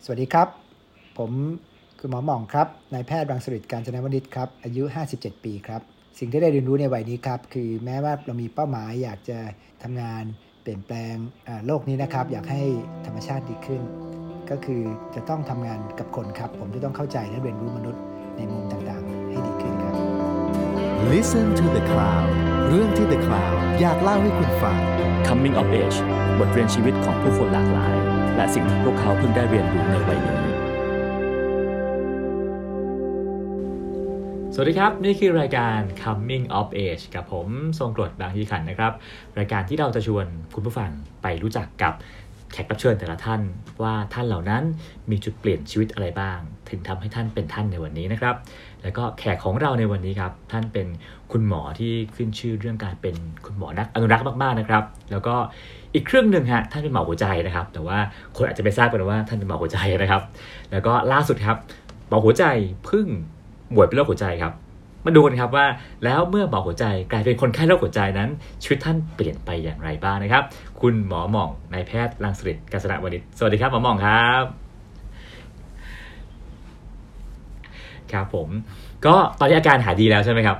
สวัสดีครับผมคือหมอหม่องครับนายแพทย์รังสฤษดิ์ กาญจนวณิชครับอายุ57ปีครับสิ่งที่ได้เรียนรู้ในวัยนี้ครับคือแม้ว่าเรามีเป้าหมายอยากจะทำงานเปลี่ยนแปลงโลกนี้นะครับอยากให้ธรรมชาติดีขึ้นก็คือจะต้องทำงานกับคนครับผมจะต้องเข้าใจและเรียนรู้มนุษย์ในมุมต่างๆให้ดีขึ้นครับ Listen to the Cloud เรื่องที่ The Cloud อยากเล่าให้คุณฟัง Coming of Age บทเรียนชีวิตของผู้คนหลากหลายและสิ่งที่พวกเขาเพิ่งได้เรียนรู้ในวัยนี้สวัสดีครับนี่คือรายการ Coming of Age กับผมทรงกรดบางยี่ขันนะครับรายการที่เราจะชวนคุณผู้ฟังไปรู้จักกับแขกรับเชิญแต่ละท่านว่าท่านเหล่านั้นมีจุดเปลี่ยนชีวิตอะไรบ้างถึงทำให้ท่านเป็นท่านในวันนี้นะครับแล้วก็แขกของเราในวันนี้ครับท่านเป็นคุณหมอที่ขึ้นชื่อเรื่องการเป็นคุณหมอนักอนุรักษ์มากๆนะครับแล้วก็อีกเครื่องนึงฮะท่านเป็นหมอหัวใจนะครับแต่ว่าคนอาจจะไม่ทราบกันว่าท่านเป็นหมอหัวใจนะครับแล้วก็ล่าสุดครับหมอหัวใจเพิ่งป่วยเป็นโรคหัวใจครับมาดูกันครับว่าแล้วเมื่อหมอหัวใจกลายเป็นคนไข้โรคหัวใจนั้นชีวิตท่านเปลี่ยนไปอย่างไรบ้างนะครับคุณหมอหม่องนายแพทย์รังสฤษดิ์ กาญจนวณิชสวัสดีครับหมอหม่องครับครับผมก็ตอนนี้อาการหายดีแล้วใช่ไหมครับ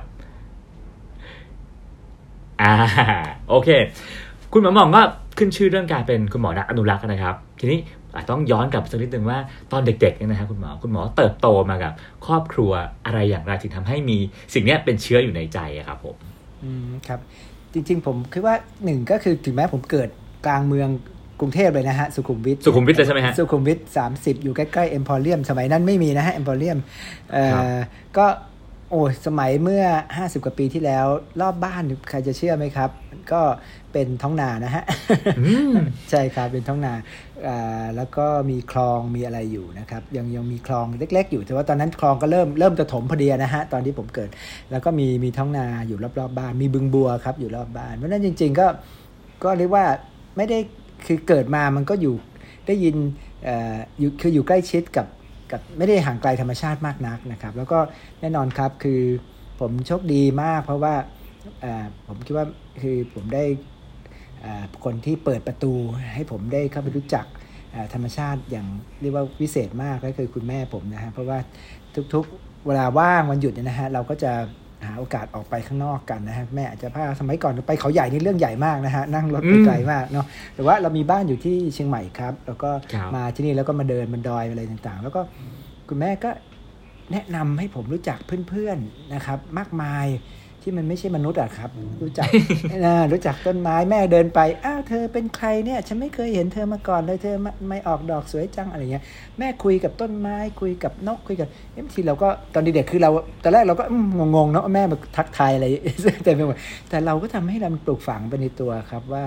โอเคคุณหมอหม่องก็ขึ้นชื่อเรื่องการเป็นคุณหมอนักอนุรักษ์นะครับทีนี้ต้องย้อนกลับสักนิดนึงว่าตอนเด็กๆเนี่ยนะครับคุณหมอเติบโตมากับครอบครัวอะไรอย่างไรถึงทำให้มีสิ่งนี้เป็นเชื้ออยู่ในใจอะครับผมครับจริงๆผมคิดว่าหนึ่งก็คือถึงแม้ผมเกิดกลางเมืองกรุงเทพเลยนะฮะสุขุมวิทเลยใช่ไหมฮะสุขุมวิท30อยู่ใกล้ๆเอ็มพอเรียมสมัยนั้นไม่มีนะฮะเอ็มพอเรียมก็โอ้สมัยเมื่อ50กว่าปีที่แล้วรอบบ้านใครจะเชื่อไหมครับก็เป็นท้องนานะฮะ ใช่ครับเป็นท้องนาแล้วก็มีคลองมีอะไรอยู่นะครับยังมีคลองเล็กๆอยู่แต่ว่าตอนนั้นคลองก็เริ่มจะถมพอดีนะฮะตอนที่ผมเกิดแล้วก็มีท้องนาอยู่รอบๆบ้านมีบึงบัวครับอยู่รอบบ้านเพราะนั้นจริงๆก็เรียกว่าไม่ได้คือเกิดมามันก็อยู่ได้ยินอยู่ใกล้ชิดกับไม่ได้ห่างไกลธรรมชาติมากนักนะครับแล้วก็แน่นอนครับคือผมโชคดีมากเพราะว่าผมคิดว่าคือผมได้คนที่เปิดประตูให้ผมได้เข้าไปรู้จักธรรมชาติอย่างเรียกว่าวิเศษมากก็คือคุณแม่ผมนะฮะเพราะว่าทุกๆเวลาว่างวันหยุดเนี่ยนะฮะเราก็จะหาโอกาสออกไปข้างนอกกันนะฮะแม่อาจจะพาสมัยก่อนไปเขาใหญ่นี่เรื่องใหญ่มากนะฮะนั่งรถไปไกลมากเนาะแต่ว่าเรามีบ้านอยู่ที่เชียงใหม่ครับแล้วก็มาที่นี่แล้วก็มาเดินบนดอยอะไรต่างๆแล้วก็คุณแม่ก็แนะนำให้ผมรู้จักเพื่อนๆนะครับมากมายที่มันไม่ใช่มนุษย์อะครับรู้จักต้นไม้แม่เดินไปอ้าวเธอเป็นใครเนี่ยฉันไม่เคยเห็นเธอมาก่อนเลยเธอไม่ออกดอกสวยจังอะไรเงี้ยแม่คุยกับต้นไม้คุยกับนกคุยกับบางทีเราก็ตอนเด็กๆคือเราตอนแรกเราก็งงๆเนาะแม่มาทักทายอะไรแต่เราก็ทำให้เราปลูกฝังไปในตัวครับว่า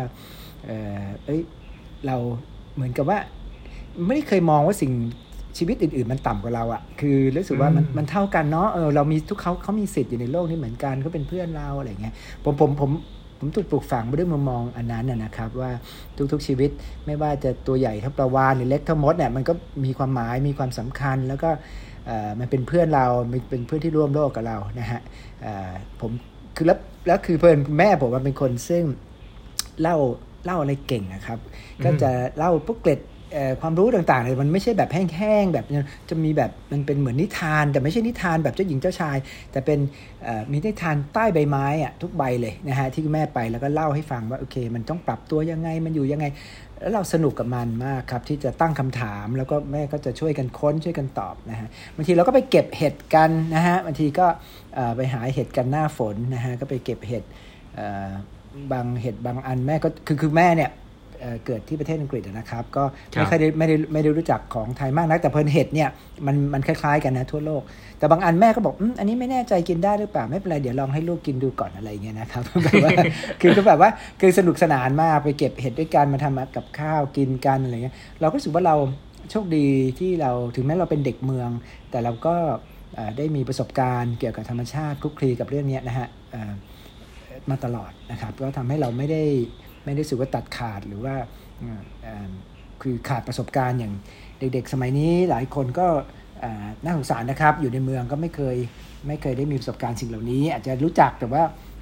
เราเหมือนกับว่าไม่ได้เคยมองว่าสิ่งชีวิตอื่นๆมันต่ำกว่าเราอ่ะคือรู้สึกว่ามันเท่ากันเนาะเรามีเขามีสิทธิ์อยู่ในโลกนี้เหมือนกันเขาเป็นเพื่อนเราอะไรเงี้ยผมถูกปลูกฝังมาด้วยมุมมองอันนั้นนะครับว่าทุกๆชีวิตไม่ว่าจะตัวใหญ่เท่าปลาวาฬหรือเล็กเท่ามดเนี่ยมันก็มีความหมายมีความสำคัญแล้วก็มันเป็นเพื่อนเราเป็นเพื่อนที่ร่วมโลกกับเรานะฮะผมคือแล้วคือเพื่อนแม่ผมเป็นคนซึ่งเล่าอะไรเก่งนะครับก็จะเล่าพวกเกร็ดความรู้ต่างๆเลยมันไม่ใช่แบบแห้งๆแบบจะมีแบบมันเป็นเหมือนนิทานแต่ไม่ใช่นิทานแบบเจ้าหญิงเจ้าชายแต่เป็นมีนิทานใต้ใบไม้อะทุกใบเลยนะฮะที่แม่ไปแล้วก็เล่าให้ฟังว่าโอเคมันต้องปรับตัวยังไงมันอยู่ยังไงแล้วเราสนุกกับมันมากครับที่จะตั้งคำถามแล้วก็แม่ก็จะช่วยกันค้นช่วยกันตอบนะฮะบางทีเราก็ไปเก็บเห็ดกันนะฮะบางทีก็ไปหาเห็ดกันหน้าฝนนะฮะก็ไปเก็บเห็ดบางอันแม่ก็คือแม่เนี่ยเกิดที่ประเทศอังกฤษนะครับก็ไม่ได้รู้จักของไทยมากนักแต่เพิ่นเห็ดเนี่ยมันคล้ายๆกันนะทั่วโลกแต่บางอันแม่ก็บอกอันนี้ไม่แน่ใจกินได้หรือเปล่าไม่เป็นไรเดี๋ยวลองให้ลูกกินดูก่อนอะไรเงี้ยนะครับแบบว่าคือสนุกสนานมากไปเก็บเห็ดด้วยกันมาทำกับข้าวกินกันอะไรเงี้ยเราก็รู้สึกว่าเราโชคดีที่เราถึงแม้เราเป็นเด็กเมืองแต่เราก็ได้มีประสบการณ์เกี่ยวกับธรรมชาติคลุกคลีกับเรื่องนี้นะฮะมาตลอดนะครับก็ทำให้เราไม่ได้รู้สึกว่าตัดขาดหรือว่าคือขาดประสบการณ์อย่างเด็กๆสมัยนี้หลายคนก็น่าสงสารนะครับอยู่ในเมืองก็ไม่เคยได้มีประสบการณ์สิ่งเหล่านี้อาจจะรู้จักแต่ว่า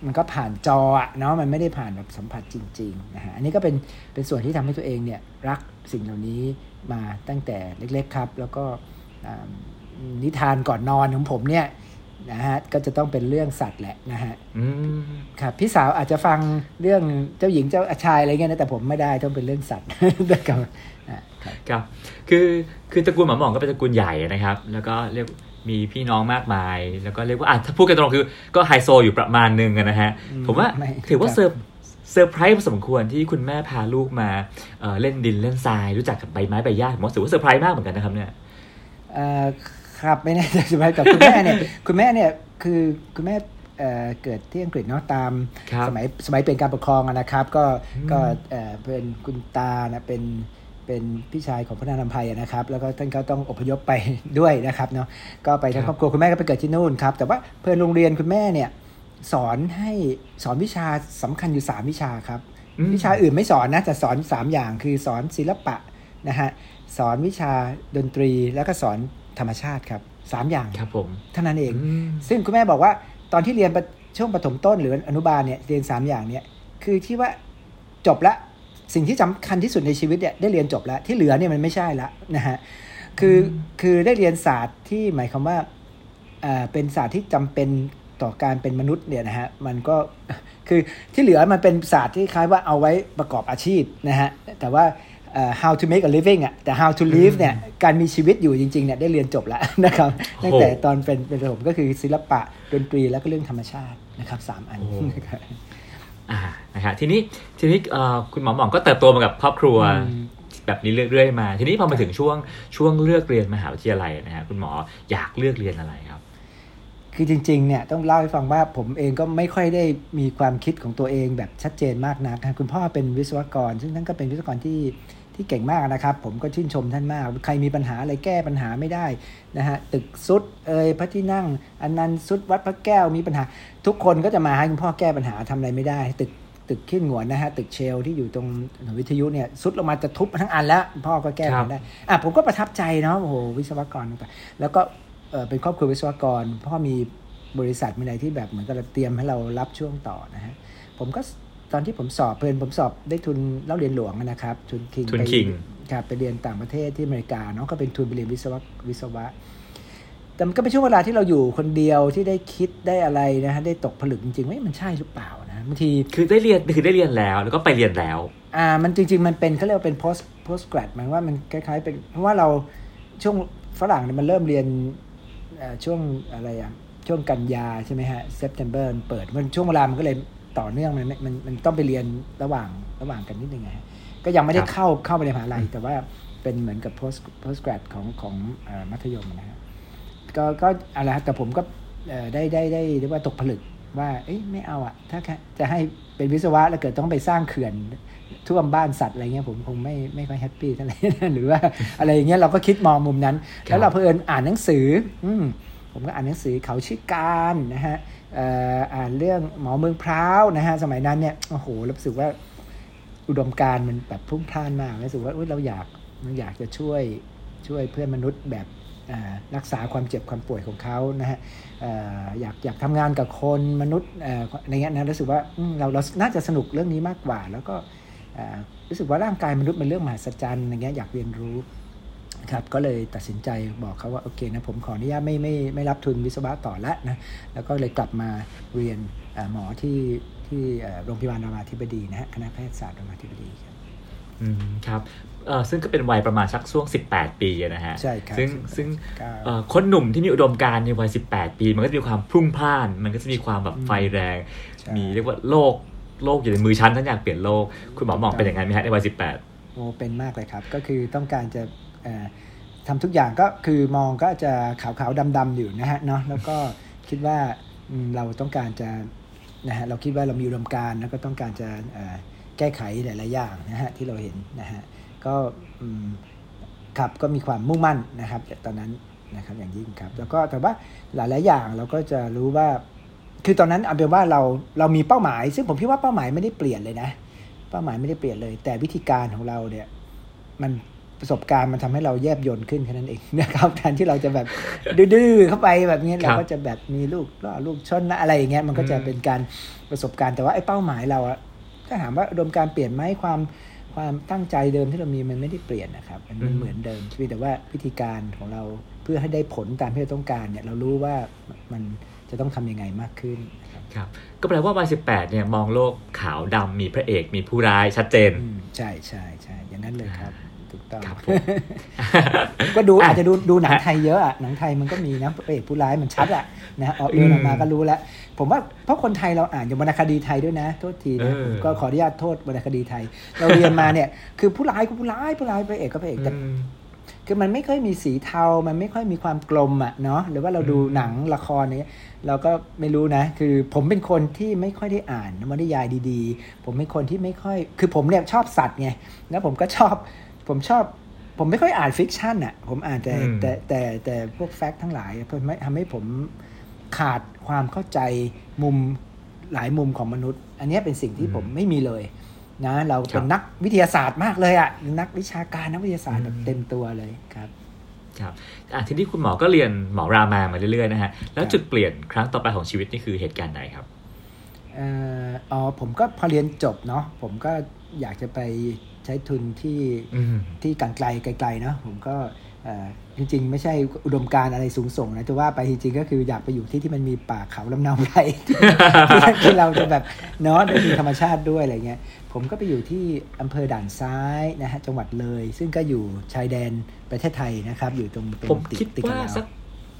มันก็ผ่านจอเนาะมันไม่ได้ผ่านแบบสัมผัสจริงๆนะฮะอันนี้ก็เป็นส่วนที่ทำให้ตัวเองเนี่ยรักสิ่งเหล่านี้มาตั้งแต่เล็กๆครับแล้วก็นิทานก่อนนอนของผมเนี่ยนะฮะก็จะต้องเป็นเรื่องสัตว์แหละนะฮะครับพี่สาวอาจจะฟังเรื่องเจ้าหญิงเจ้าชายอะไรเงี้ยนะแต่ผมไม่ได้ต้องเป็นเรื่องสัตว์ครับคือตระกูลหมาหม่องก็เป็นตระกูลใหญ่นะครับแล้วก็เรียกมีพี่น้องมากมายแล้วก็เรียกว่าถ้าพูดกันตรงคือก็ไฮโซอยู่ประมาณนึงนะฮะผมว่าถือว่าเซอร์ไพรส์พอสมควรที่คุณแม่พาลูกมาเล่นดินเล่นทรายรู้จักกับใบไม้ใบหญ้าผมว่าถือว่าเซอร์ไพรส์มากเหมือนกันนะครับเนี่ยครับไม่แน่ใจเซอร์ไพรส์กับคุณแม่เนี่ยคือคุณแม่เกิดที่อังกฤษเนาะตามสมัยเป็นการปกครองนะครับก็เป็นคุณตานะเป็นพี่ชายของพระนางลำไพนะครับแล้วก็ท่านก็ต้องอพยพไปด้วยนะครับเนาะก็ไปทั้งครอบครัวคุณแม่ก็ไปเกิดที่นู่นครับแต่ว่าเพื่อนโรงเรียนคุณแม่เนี่ยสอนวิชาสำคัญอยู่3วิชาครับวิชาอื่นไม่สอนนะแต่สอน3อย่างคือสอนศิลปะนะฮะสอนวิชาดนตรีแล้วก็สอนธรรมชาติครับ3อย่างครับผมเท่านั้นเองซึ่งคุณแม่บอกว่าตอนที่เรียนช่วงประถมต้นหรืออนุบาลเนี่ยเรียน3อย่างเนี่ยคือที่ว่าจบละสิ่งที่สำคัญที่สุดในชีวิตเนี่ยได้เรียนจบแล้วที่เหลือเนี่ยมันไม่ใช่ละนะฮะคือได้เรียนศาสตร์ที่หมายความว่าเป็นศาสตร์ที่จำเป็นต่อการเป็นมนุษย์เนี่ยนะฮะมันก็คือที่เหลือมันเป็นศาสตร์ที่คล้ายว่าเอาไว้ประกอบอาชีพนะฮะแต่ว่าhow to make a living แต่ how to live เนี่ยการมีชีวิตอยู่จริงๆเนี่ยได้เรียนจบแล้วนะครับตั้งแต่ตอนเป็นประถมก็คือศิลปะดนตรีแล้วก็เรื่องธรรมชาตินะครับ3อันนะครับนะครับทีนี้คุณหมอหม่องก็เติบโตมากับครอบครัวแบบนี้เรื่อยๆมาทีนี้พอมาถึงช่วงเลือกเรียนมหาวิทยาลัยนะฮะคุณหมออยากเลือกเรียนอะไรครับคือจริงๆเนี่ยต้องเล่าให้ฟังว่าผมเองก็ไม่ค่อยได้มีความคิดของตัวเองแบบชัดเจนมากนักคุณพ่อเป็นวิศวกรซึ่งท่านก็เป็นวิศวกรที่เก่งมากนะครับผมก็ชื่นชมท่านมากใครมีปัญหาอะไรแก้ปัญหาไม่ได้นะฮะตึกซุดพระที่นั่งอันนั้นซุดวัดพระแก้วมีปัญหาทุกคนก็จะมาให้คุณพ่อแก้ปัญหาทำอะไรไม่ได้ตึกขี้หงวนนะฮะตึกเชลที่อยู่ตรงวิทยุเนี่ยซุดลงมาจะทุบทั้งอันแล้วพ่อก็แก้ปัญหาได้ผมก็ประทับใจเนาะโอ้โหวิศวกรแล้วก็เป็นครอบครัววิศวกรพ่อมีบริษัทมีอะไรที่แบบเหมือนกับเตรียมให้เรารับช่วงต่อนะฮะผมก็ตอนที่ผมสอบผมสอบได้ทุนเล่าเรียนหลวงนะครับทุนคิงครับไปเรียนต่างประเทศที่อเมริกาเนาะก็เป็นทุนไปเรียนวิศวะแต่มันก็เป็นช่วงเวลาที่เราอยู่คนเดียวที่ได้คิดได้อะไรนะฮะได้ตกผลึกจริงๆว่ามันใช่หรือเปล่านะบางทีคือได้เรียนแล้วก็ไปเรียนแล้วมันจริงๆมันเป็นเขาเรียกว่าเป็น post grad หมายว่ามันคล้ายๆเป็นเพราะว่าเราช่วงฝรั่งเนี่ยมันเริ่มเรียนช่วงอะไรช่วงกันยาใช่ไหมฮะ September เปิดมันช่วงเวลามันก็เลยต่อเนื่องมันต้องไปเรียนระหว่างกันนิดนึงไงก็ยังไม่ได้เข้าไปในมหาลัยแต่ว่าเป็นเหมือนกับ post grad ของมัธยมนะฮะก็อะไรแต่ผมก็ได้เรียกว่าตกผลึกว่าไม่เอาถ้าจะให้เป็นวิศวะแล้วเกิดต้องไปสร้างเขื่อนท่วมบ้านสัตว์อะไรเงี้ยผมคงไม่ค่อยแฮปปี้เท่าไหร่หรือว่าอะไรอย่างเงี้ยเราก็คิดมองมุมนั้นแล้วเราเพิ่งอ่านหนังสือผมก็อ่านหนังสือเขาชื่อการนะฮะอ่านเรื่องหมอเมืองพร้าวนะฮะสมัยนั้นเนี่ยโอ้โหรู้สึกว่าอุดมการณ์มันแบบพุ่งพล่านมากรู้สึกว่าเราอยากจะช่วยเพื่อนมนุษย์แบบรักษาความเจ็บความป่วยของเขานะฮะอยากทำงานกับคนมนุษย์ในเงี้ยนะรู้สึกว่าเราน่าจะสนุกเรื่องนี้มากกว่าแล้วก็รู้สึกว่าร่างกายมนุษย์เป็นเรื่องมหัศจรรย์อย่างเงี้ยอยากเรียนรู้ครับก็เลยตัดสินใจบอกเขาว่าโอเคนะผมขออนุญาตไม่รับทุนวิศวะต่อแล้วนะแล้วก็เลยกลับมาเรียนหมอที่โรงพยาบาลรามาธิบดีนะฮะคณะแพทยศาสตร์รามาธิบดีครับครับซึ่งก็เป็นวัยประมาณสักช่วง18ปีนะฮะใช่ครับซึ่งคนหนุ่มที่มีอุดมการณ์ในวัย18ปีมันก็จะมีความพรุ่งพล่านมันก็จะมีความแบบไฟแรงมีเรียกว่าโลกอยู่ในมือฉันฉันอยากเปลี่ยนโลกคุณหมอมองเป็นอย่างนั้นไหมฮะในวัย18 โอ้เป็นมากเลยครับก็คือต้องการจะทำทุกอย่างก็คือมองก็จะขาวๆดำๆอยู่นะฮะเนาะแล้วก็คิดว่าเราต้องการจะนะฮะเราคิดว่าเรามีอุดมการณ์แล้วก็ต้องการจะแก้ไขหลายๆอย่างนะฮะที่เราเห็นนะฮะก็ครับก็มีความมุ่งมั่นนะครับตอนนั้นนะครับอย่างยิ่งครับแล้วก็แต่ว่าหลายๆอย่างเราก็จะรู้ว่าคือตอนนั้นเอาเป็นว่าเรามีเป้าหมายซึ่งผมคิดว่าเป้าหมายไม่ได้เปลี่ยนเลยนะเป้าหมายไม่ได้เปลี่ยนเลยแต่วิธีการของเราเนี่ยมันประสบการณ์มันทำให้เราแยบยลขึ้นแค่นั้นเองนะครับแทนที่เราจะแบบดื้อๆเข้าไปแบบนี้เราก็จะแบบมีลูกชนนะอะไรอย่างเงี้ยมันก็จะเป็นการประสบการณ์แต่ว่าไอ้เป้าหมายเราอะถ้าถามว่าอุดมการณ์เปลี่ยนไหมความตั้งใจเดิมที่เรามีมันไม่ได้เปลี่ยนนะครับมันเหมือนเดิมแต่ว่าวิธีการของเราเพื่อให้ได้ผลตามที่เราต้องการเนี่ยเรารู้ว่ามันจะต้องทำยังไงมากขึ้นครับก็แปลว่าวัย18เนี่ยมองโลกขาวดำมีพระเอกมีผู้ร้ายชัดเจนใช่อย่างนั้นเลยครับถูกต้องก็ดูอาจจะดูหนังไทยเยอะอ่ะหนังไทยมันก็มีนะพระเอกผู้ร้ายมันชัดอ่ะนะออกเรื่องออกมาก็รู้แล้วผมว่าเพราะคนไทยเราอ่านอย่างวรรณคดีไทยด้วยนะโทษทีนะก็ขออนุญาตโทษวรรณคดีไทยเราเรียนมาเนี่ยคือผู้ร้ายก็ผู้ร้ายพระเอกก็พระเอกแต่คือมันไม่ค่อยมีสีเทามันไม่ค่อยมีความกลมอ่ะเนาะหรือว่าเราดูหนังละครนี้เราก็ไม่รู้นะคือผมเป็นคนที่ไม่ค่อยได้อ่านนวนิยายดีๆผมเป็นคนที่ไม่ค่อยคือผมเนี่ยชอบสัตว์ไงแล้วผมก็ผมไม่ค่อยอ่านฟิกชันอ่ะผมอ่านแต่พวกแฟกต์ทั้งหลายเพื่อทำให้ผมขาดความเข้าใจมุมหลายมุมของมนุษย์อันนี้เป็นสิ่งที่ผมไม่มีเลยนะเราเป็นนักวิทยาศาสตร์มากเลยอ่ะนักวิชาการนักวิทยาศาสตร์แบบเต็มตัวเลยครับทีนี้คุณหมอก็เรียนหมอรามาเรื่อยๆนะฮะแล้วจุดเปลี่ยนครั้งต่อไปของชีวิตนี่คือเหตุการณ์ไหนครับผมก็พอเรียนจบเนาะผมก็อยากจะไปใช้ทุนที่ไกลๆเนาะผมก็จริงๆไม่ใช่อุดมการณ์อะไรสูงส่งนะแต่ว่าไปจริงๆก็คืออยากไปอยู่ที่มันมีป่าเขาลำเนาไพรที่เราจะแบบเนาะได้มีธรรมชาติด้วยอะไรเงี้ยผมก็ไปอยู่ที่อำเภอด่านซ้ายนะฮะจังหวัดเลยซึ่งก็อยู่ชายแดนประเทศไทยนะครับอยู่ตรงผมคิดว่าสัก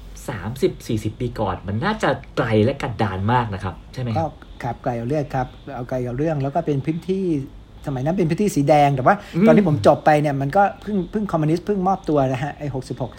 30-40 ปีก่อนมันน่าจะไกลและกันดารมากนะครับใช่ไหมก็ครับไกลเอาเรื่องครับเอาไกลเอาเรื่องแล้วก็เป็นพื้นที่สมัยนั้นเป็นพื้นที่สีแดงแต่ว่าตอนที่ผมจบไปเนี่ยมันก็เพิ่งคอมมิวนิสต์เพิ่งมอบตัวนะฮะไอ้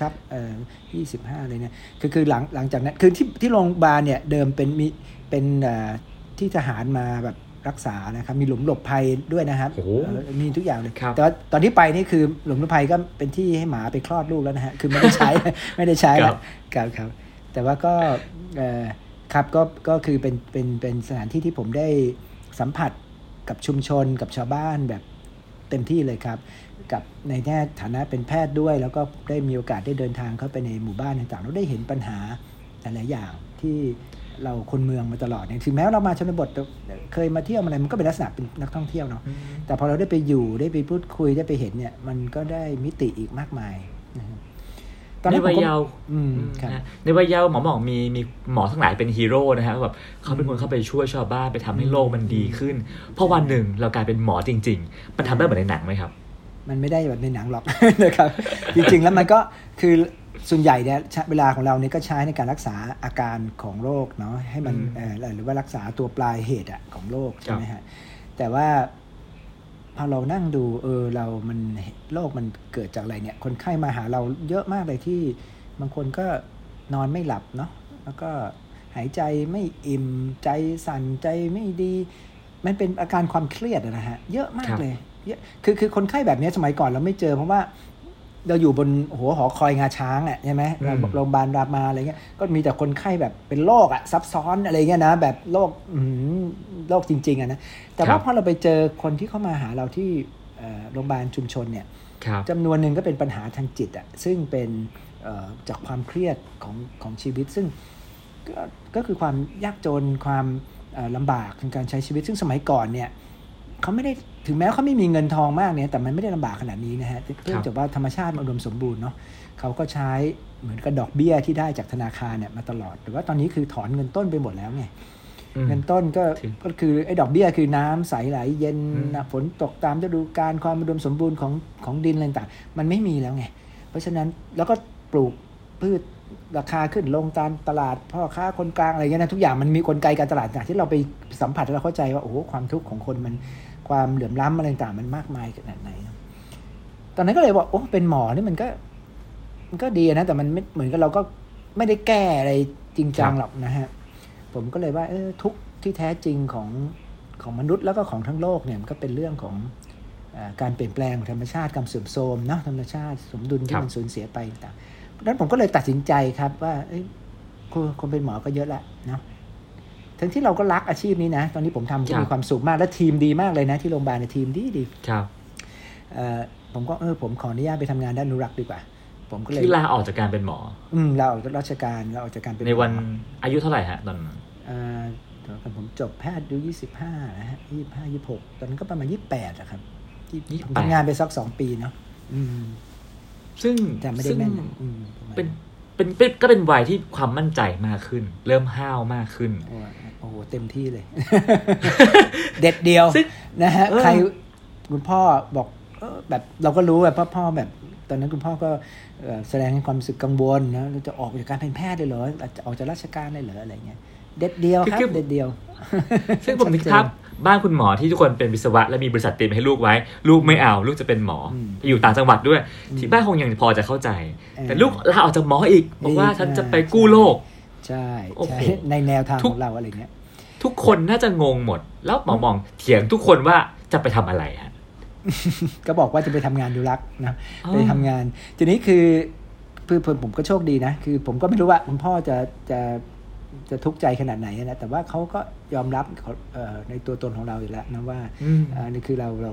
66/25เลยเนี่ยคือหลังจากนั้นคือที่โรงพยาบาลเนี่ยเดิมเป็นที่ทหารมาแบบรักษานะครับมีหลุมหลบภัยด้วยนะครับมีทุกอย่างเลยแต่ว่าตอนที่ไปนี่คือหลุมหลบภัยก็เป็นที่ให้หมาไปคลอดลูกแล้วนะฮะคือไม่ได้ใช้ แล้วครับแต่ว่าก็ครับก็คือเป็นสถานที่ที่ผมได้สัมผัสกับชุมชนกับชาวบ้านแบบเต็มที่เลยครับกับในแง่ฐานะเป็นแพทย์ด้วยแล้วก็ได้มีโอกาสได้เดินทางเข้าไปในหมู่บ้านต่างๆแล้วได้เห็นปัญหาหลายๆอย่างที่เราคนเมืองมาตลอดเนี่ยถึงแม้เรามาชนบทเคยมาเที่ยวอะไรมันก็เป็นลักษณะเป็นนักท่องเที่ยวเนาะแต่พอเราได้ไปอยู่ได้ไปพูดคุยได้ไปเห็นเนี่ยมันก็ได้มิติอีกมากมายในวัยเยาว์ในวัยเยาว์หมอมีหมอทั้งหลายเป็นฮีโร่นะฮะแบบเขาเป็นคนเข้าไปช่วยชาวบ้านไปทำให้โลกมันดีขึ้นพอวันหนึ่งเรากลายเป็นหมอจริงๆมันทำได้เหมือนในหนังไหมครับมันไม่ได้แบบในหนังหรอกนะครับจริงๆแล้วมันก็คือส่วนใหญ่เนี่ยเวลาของเราเนี่ยก็ใช้ในการรักษาอาการของโรคเนาะให้มันหรือว่ารักษาตัวปลายเหตุของโรคใช่ไหมฮะแต่ว่าพอเรานั่งดูมันโรคมันเกิดจากอะไรเนี่ยคนไข้มาหาเราเยอะมากเลยที่บางคนก็นอนไม่หลับเนาะแล้วก็หายใจไม่อิ่มใจสั่นใจไม่ดีมันเป็นอาการความเครียดนะฮะเยอะมากเลยคือคนไข้แบบนี้สมัยก่อนเราไม่เจอเพราะว่าเราอยู่บนหัวหอคอยงาช้างใช่ไหมโรงพยาบาลรามาอะไรเงี้ยก็มีแต่คนไข้แบบเป็นโรคซับซ้อนอะไรเงี้ยนะแบบโรคจริงๆนะแต่ว่าพอเราไปเจอคนที่เข้ามาหาเราที่โรงพยาบาลชุมชนเนี่ยจำนวนหนึ่งก็เป็นปัญหาทางจิตซึ่งเป็นจากความเครียดของชีวิตซึ่งก็คือความยากจนความลำบากในการใช้ชีวิตซึ่งสมัยก่อนเนี่ยเขาไม่ได้ถึงแม้เขาไม่มีเงินทองมากเนี่ยแต่มันไม่ได้ลำบากขนาดนี้นะฮะเนื่องจากว่าธรรมชาติมันอุดมสมบูรณ์เนาะเขาก็ใช้เหมือนกับดอกเบี้ยที่ได้จากธนาคารเนี่ยมาตลอดแต่ว่าตอนนี้คือถอนเงินต้นไปหมดแล้วไงเงินต้นก็คือไอ้ดอกเบี้ยคือน้ำใสไหลเย็นฝนตกตามฤดูกาลความอุดมสมบูรณ์ของดินอะไรต่างมันไม่มีแล้วไงเพราะฉะนั้นแล้วก็ปลูกพืชราคาขึ้นลงตามตลาดพ่อค้าคนกลางอะไรเงี้ยนะทุกอย่างมันมีกลไกการตลาดต่างที่เราไปสัมผัสแล้วเราเข้าใจว่าโอ้โหความทุกข์ของคนมันความเหลื่อมล้ำอะไรต่างมันมากมายขนาดไหนตอนนั้นก็เลยบอกโอ้เป็นหมอนี่มันก็ดีนะแต่มันไม่เหมือนกับเราก็ไม่ได้แก้อะไรจริงจังหรอกนะฮะผมก็เลยว่าทุกข์ที่แท้จริงของมนุษย์แล้วก็ของทั้งโลกเนี่ยมันก็เป็นเรื่องของการเปลี่ยนแปลงของธรรมชาติการเสื่อมโทรมนะธรรมชาติสมดุลที่มันสูญเสียไปต่างดังนั้นผมก็เลยตัดสินใจครับว่าคนเป็นหมอก็เยอะละเนาะทั้งที่เราก็รักอาชีพนี้นะตอนนี้ผมทำก็มีความสุขมากและทีมดีมากเลยนะที่โรงพยาบาลในทีมดีครับผมก็ผมขออนุญาตไปทำงานด้านอนุรักษ์ดีกว่าผมก็เลยลาออกจากการเป็นหมอลาออกจากราชการลาออกจากการเป็นในวันอายุเท่าไหร่ฮะตอนนั้นตอนผมจบแพทย์อายุ25นะฮะ25 26ตอนนั้นก็ประมาณ28อะครับที่ผมทำงานไปสัก2ปีเนาะซึ่งแต่ไม่ได้แม่นเป็นก็เป็นวัยที่ความมั่นใจมากขึ้นเริ่มห้าวมากขึ้นโอ้โหเต็มที่เลย เด็ดเดียวนะฮะใครคุณพ่อบอกแบบเราก็รู้แบบพ่อแบบตอนนั้นคุณพ่อก็แสดงความรู้สึกกังวลนะเราจะออกจากการเป็นแพทย์ได้เหรอจะออกจากราชการได้เหรออะไรเงี้ยเด็ดเดียวครับเด็ดเดียวซึ่งผมนึกภาพบ้านคุณหมอที่ทุกคนเป็นวิศวะและมีบริษัทเตรียมให้ลูกไว้ลูกไม่เอาลูกจะเป็นหมออยู่ต่างจังหวัดด้วยที่บ้านคงยังพอจะเข้าใจแต่ลูกลาออกจากหมออีกบอกว่าฉันจะไปกู้โลกใช่ในแนวทางของเราอะไรเงี้ยทุกคนน่าจะงงหมดแล้วหมอมองเถียงทุกคนว่าจะไปทำอะไรฮะก็บอกว่าจะไปทำงานอนุรักษ์นะไปทำงานทีนี้คือผมก็โชคดีนะคือผมก็ไม่รู้ว่าคุณพ่อจะทุกข์ใจขนาดไหนนะแต่ว่าเขาก็ยอมรับในตัวตนของเราอยู่แล้วนะว่านี่คือเรา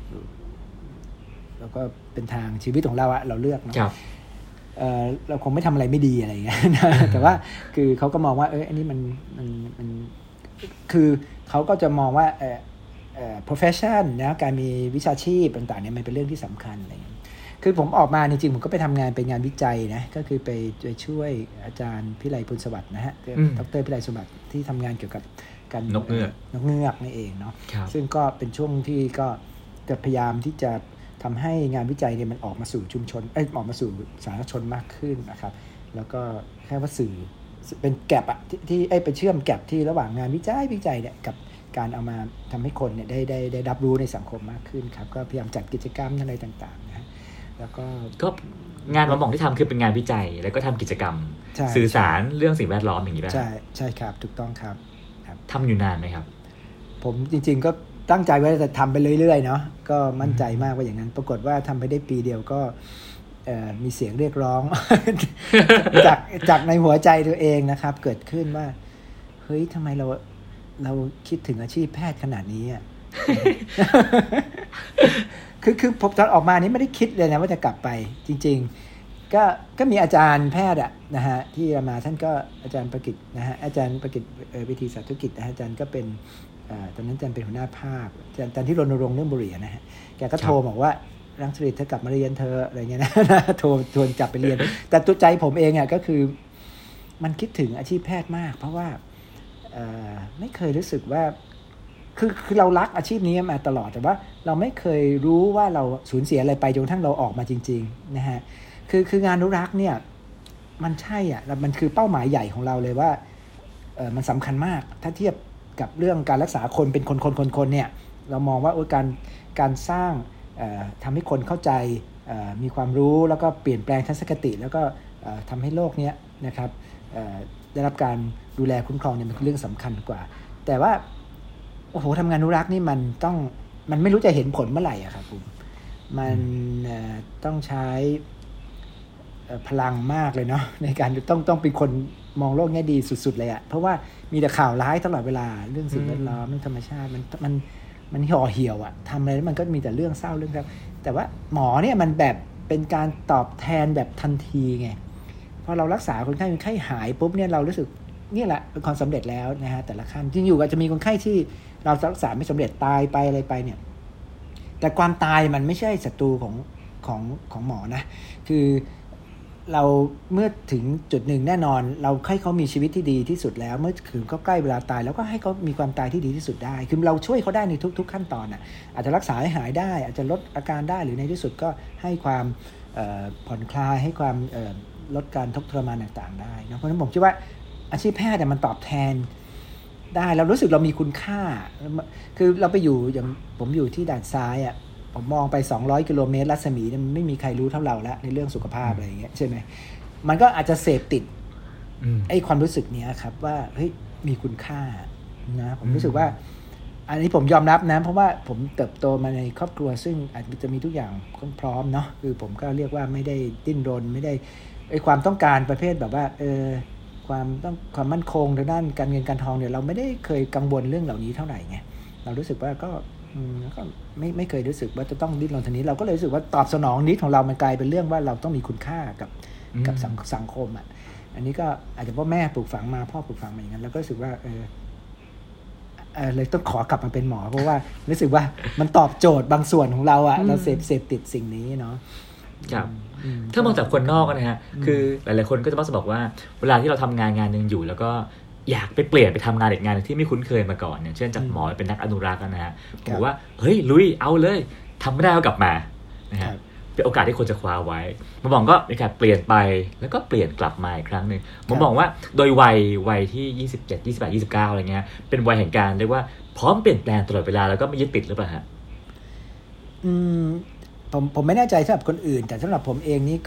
ก็เป็นทางชีวิตของเราอะเราเลือกเนาะเราคงไม่ทำอะไรไม่ดีอะไรอย่างเงี้ยแต่ว่าคือเขาก็มองว่าอันนี้มันคือเขาก็จะมองว่าprofession นะการมีวิชาชีพต่างๆเนี่ยมันเป็นเรื่องที่สำคัญอะไรอย่างเงี้ยคือผมออกมาจริงๆผมก็ไปทำงานเป็นงานวิจัยนะก็คือไปช่วยอาจารย์พิไล พูลสวัสดิ์นะฮะดร.พิไล สวัสดิ์ที่ทำงานเกี่ยวกับการนกเงือกนี่เองเนาะซึ่งก็เป็นช่วงที่ก็จะพยายามที่จะทำให้งานวิจัยเนี่ยมันออกมาสู่ชุมชนออกมาสู่สาธารณชนมากขึ้นนะครับแล้วก็แค่ว่าสื่อเป็นแกลบอะที่ไปเชื่อมแกลบที่ระหว่างงานวิจัยเนี่ยกับการเอามาทำให้คนเนี่ยได้รับรู้ในสังคมมากขึ้นครับก็พยายามจัดกิจกรรมอะไรต่างๆนะแล้วก็งานหมอที่ทำคือเป็นงานวิจัยแล้วก็ทำกิจกรรมสื่อสารเรื่องสิ่งแวดล้อมอย่างนี้ป่ะใช่ครับถูกต้องครับทำอยู่นานไหมครับผมจริงๆก็ตั้งใจไว้จะทำไปเรื่อยๆเนาะก็มั่นใจมากว่าอย่างนั้นปรากฏว่าทำไปได้ปีเดียวก็มีเสียงเรียกร้อง จากในหัวใจตัวเองนะครับเกิดขึ้นว่าเฮ้ยทำไมเราคิดถึงอาชีพแพทย์ขนาดนี้อ่ะ คือผมตอนออกมานี้ไม่ได้คิดเลยนะว่าจะกลับไปจริงๆก็มีอาจารย์แพทย์อ่ะนะฮะที่มาท่านก็อาจารย์ประกิตนะฮะอาจารย์ประกิตวิธีสาธุกิจนะฮะอาจารย์ก็เป็นตอนนั้นอาจารย์เป็นหัวหน้าภาคอาจารย์ที่รณรงค์เรื่องบุหรี่นะฮะแกก็โทรบอกว่ารังสิริเธอกลับมาเรียนเธออะไรเงี้ยนะโทรชวนกลับไปเรียนแต่ตัวใจผมเองอ่ะก็คือมันคิดถึงอาชีพแพทย์มากเพราะว่าไม่เคยรู้สึกว่าคือเรารักอาชีพนี้มาตลอดแต่ว่าเราไม่เคยรู้ว่าเราสูญเสียอะไรไปจนกระทั่งเราออกมาจริงๆนะฮะคืองานอนุรักษ์เนี่ยมันใช่อ่ะมันคือเป้าหมายใหญ่ของเราเลยว่ามันสำคัญมากถ้าเทียบกับเรื่องการรักษาคนเป็นคนเนี่ยเรามองว่าการสร้างทำให้คนเข้าใจมีความรู้แล้วก็เปลี่ยนแปลงทัศนคติแล้วก็ทำให้โลกนี้นะครับได้รับการดูแลคุ้มครองเนี่ยมันเป็นเรื่องสำคัญกว่าแต่ว่าโอ้โหทำงานอนุรักษ์นี่มันไม่รู้จะเห็นผลเมื่อไหร่อะครับผมมันต้องใช้พลังมากเลยเนาะในการต้องเป็นคนมองโลกแง่ดีสุดๆเลยอะเพราะว่ามีแต่ข่าวร้ายตลอดเวลาเรื่องสิ่งแวดล้อมเรื่องธรรมชาติมันห่อเหี่ยวอะทำอะไรแล้วมันก็มีแต่เรื่องเศร้าเรื่องครับแต่ว่าหมอเนี่ยมันแบบเป็นการตอบแทนแบบทันทีไงพอเรารักษาคนไข้หายปุ๊บเนี่ยเรารู้สึกนี่แหละเป็นความสำเร็จแล้วนะฮะแต่ละขั้นจริงอยู่ก็จะมีคนไข้ที่เรารักษาไม่สำเร็จตายไปอะไรไปเนี่ยแต่ความตายมันไม่ใช่ศัตรูของหมอนะคือเราเมื่อถึงจุดหนึ่งแน่นอนเราให้เขามีชีวิตที่ดีที่สุดแล้วเมื่อถึงเขาใกล้เวลาตายแล้วก็ให้เขามีความตายที่ดีที่สุดได้คือเราช่วยเขาได้ในทุกขั้นตอนอ่ะอาจจะรักษาให้หายได้อาจจะลดอาการได้หรือในที่สุดก็ให้ความผ่อนคลายให้ความลดการทุกข์ทรมานต่างๆได้นะเพราะฉะนั้นผมคิดว่าอาชีพแพทย์มันตอบแทนได้เรารู้สึกเรามีคุณค่าคือเราไปอยู่อย่างผมอยู่ที่ด่านซ้ายอ่ะผมมองไป200กิโลเมตรรัศมีมันไม่มีใครรู้เท่าเราแล้วในเรื่องสุขภาพอะไรอย่างเงี้ยใช่ไหมมันก็อาจจะเสพติดไอ้ความรู้สึกนี้ครับว่าเฮ้ยมีคุณค่านะผมรู้สึกว่าอันนี้ผมยอมรับนะเพราะว่าผมเติบโตมาในครอบครัวซึ่งอาจจะมีทุกอย่างพร้อมเนาะคือผมก็เรียกว่าไม่ได้ดิ้นรนไม่ได้ไอ้ความต้องการประเภทแบบว่าความมั่นคงทางด้านการเงินการทองเนี่ยเราไม่ได้เคยกังวลเรื่องเหล่านี้เท่าไหร่ไงเรารู้สึกว่าก็แล้วก็ไม่เคยรู้สึกว่าจะต้องดิ้นรนทางนี้เราก็เลยรู้สึกว่าตอบสนองนิดของเรามันกลายเป็นเรื่องว่าเราต้องมีคุณค่ากับสังคมอันนี้ก็อาจจะเพราะแม่ปลูกฝังมาพ่อปลูกฝังมาอย่างนั้นแล้วก็รู้สึกว่าเลยต้องขอกลับมาเป็นหมอเพราะว่ารู้สึกว่ามันตอบโจทย์บางส่วนของเราเราเสพติดสิ่งนี้เนาะครับถ้ามองจากคนนอกนะฮะคือหลายๆคนก็จะมักจะบอกว่าเวลาที่เราทำงานนึงอยู่แล้วก็อยากไปเปลี่ยนไปทำงานอีกงานนึงที่ไม่คุ้นเคยมาก่อนเนี่ยเช่นจากหมอเป็นนักอนุรักษ์นะฮะบอกว่าเฮ้ยลุยเอาเลยทำไม่ได้ก็กลับมานะฮะเป็นโอกาสที่คนจะคว้าไว้ผมมองก็มีการเปลี่ยนไปแล้วก็เปลี่ยนกลับมาอีกครั้งนึงผมมองว่าโดยวัยที่27 28 29อะไรเงี้ยเป็นวัยแห่งการเรียกว่าพร้อมเปลี่ยนแปลงตลอดเวลาแล้วก็ไม่ยึดติดหรือเปล่าฮะผมไม่แน่ใจสำหรับคนอื่นแต่สำหรับผมเองนี่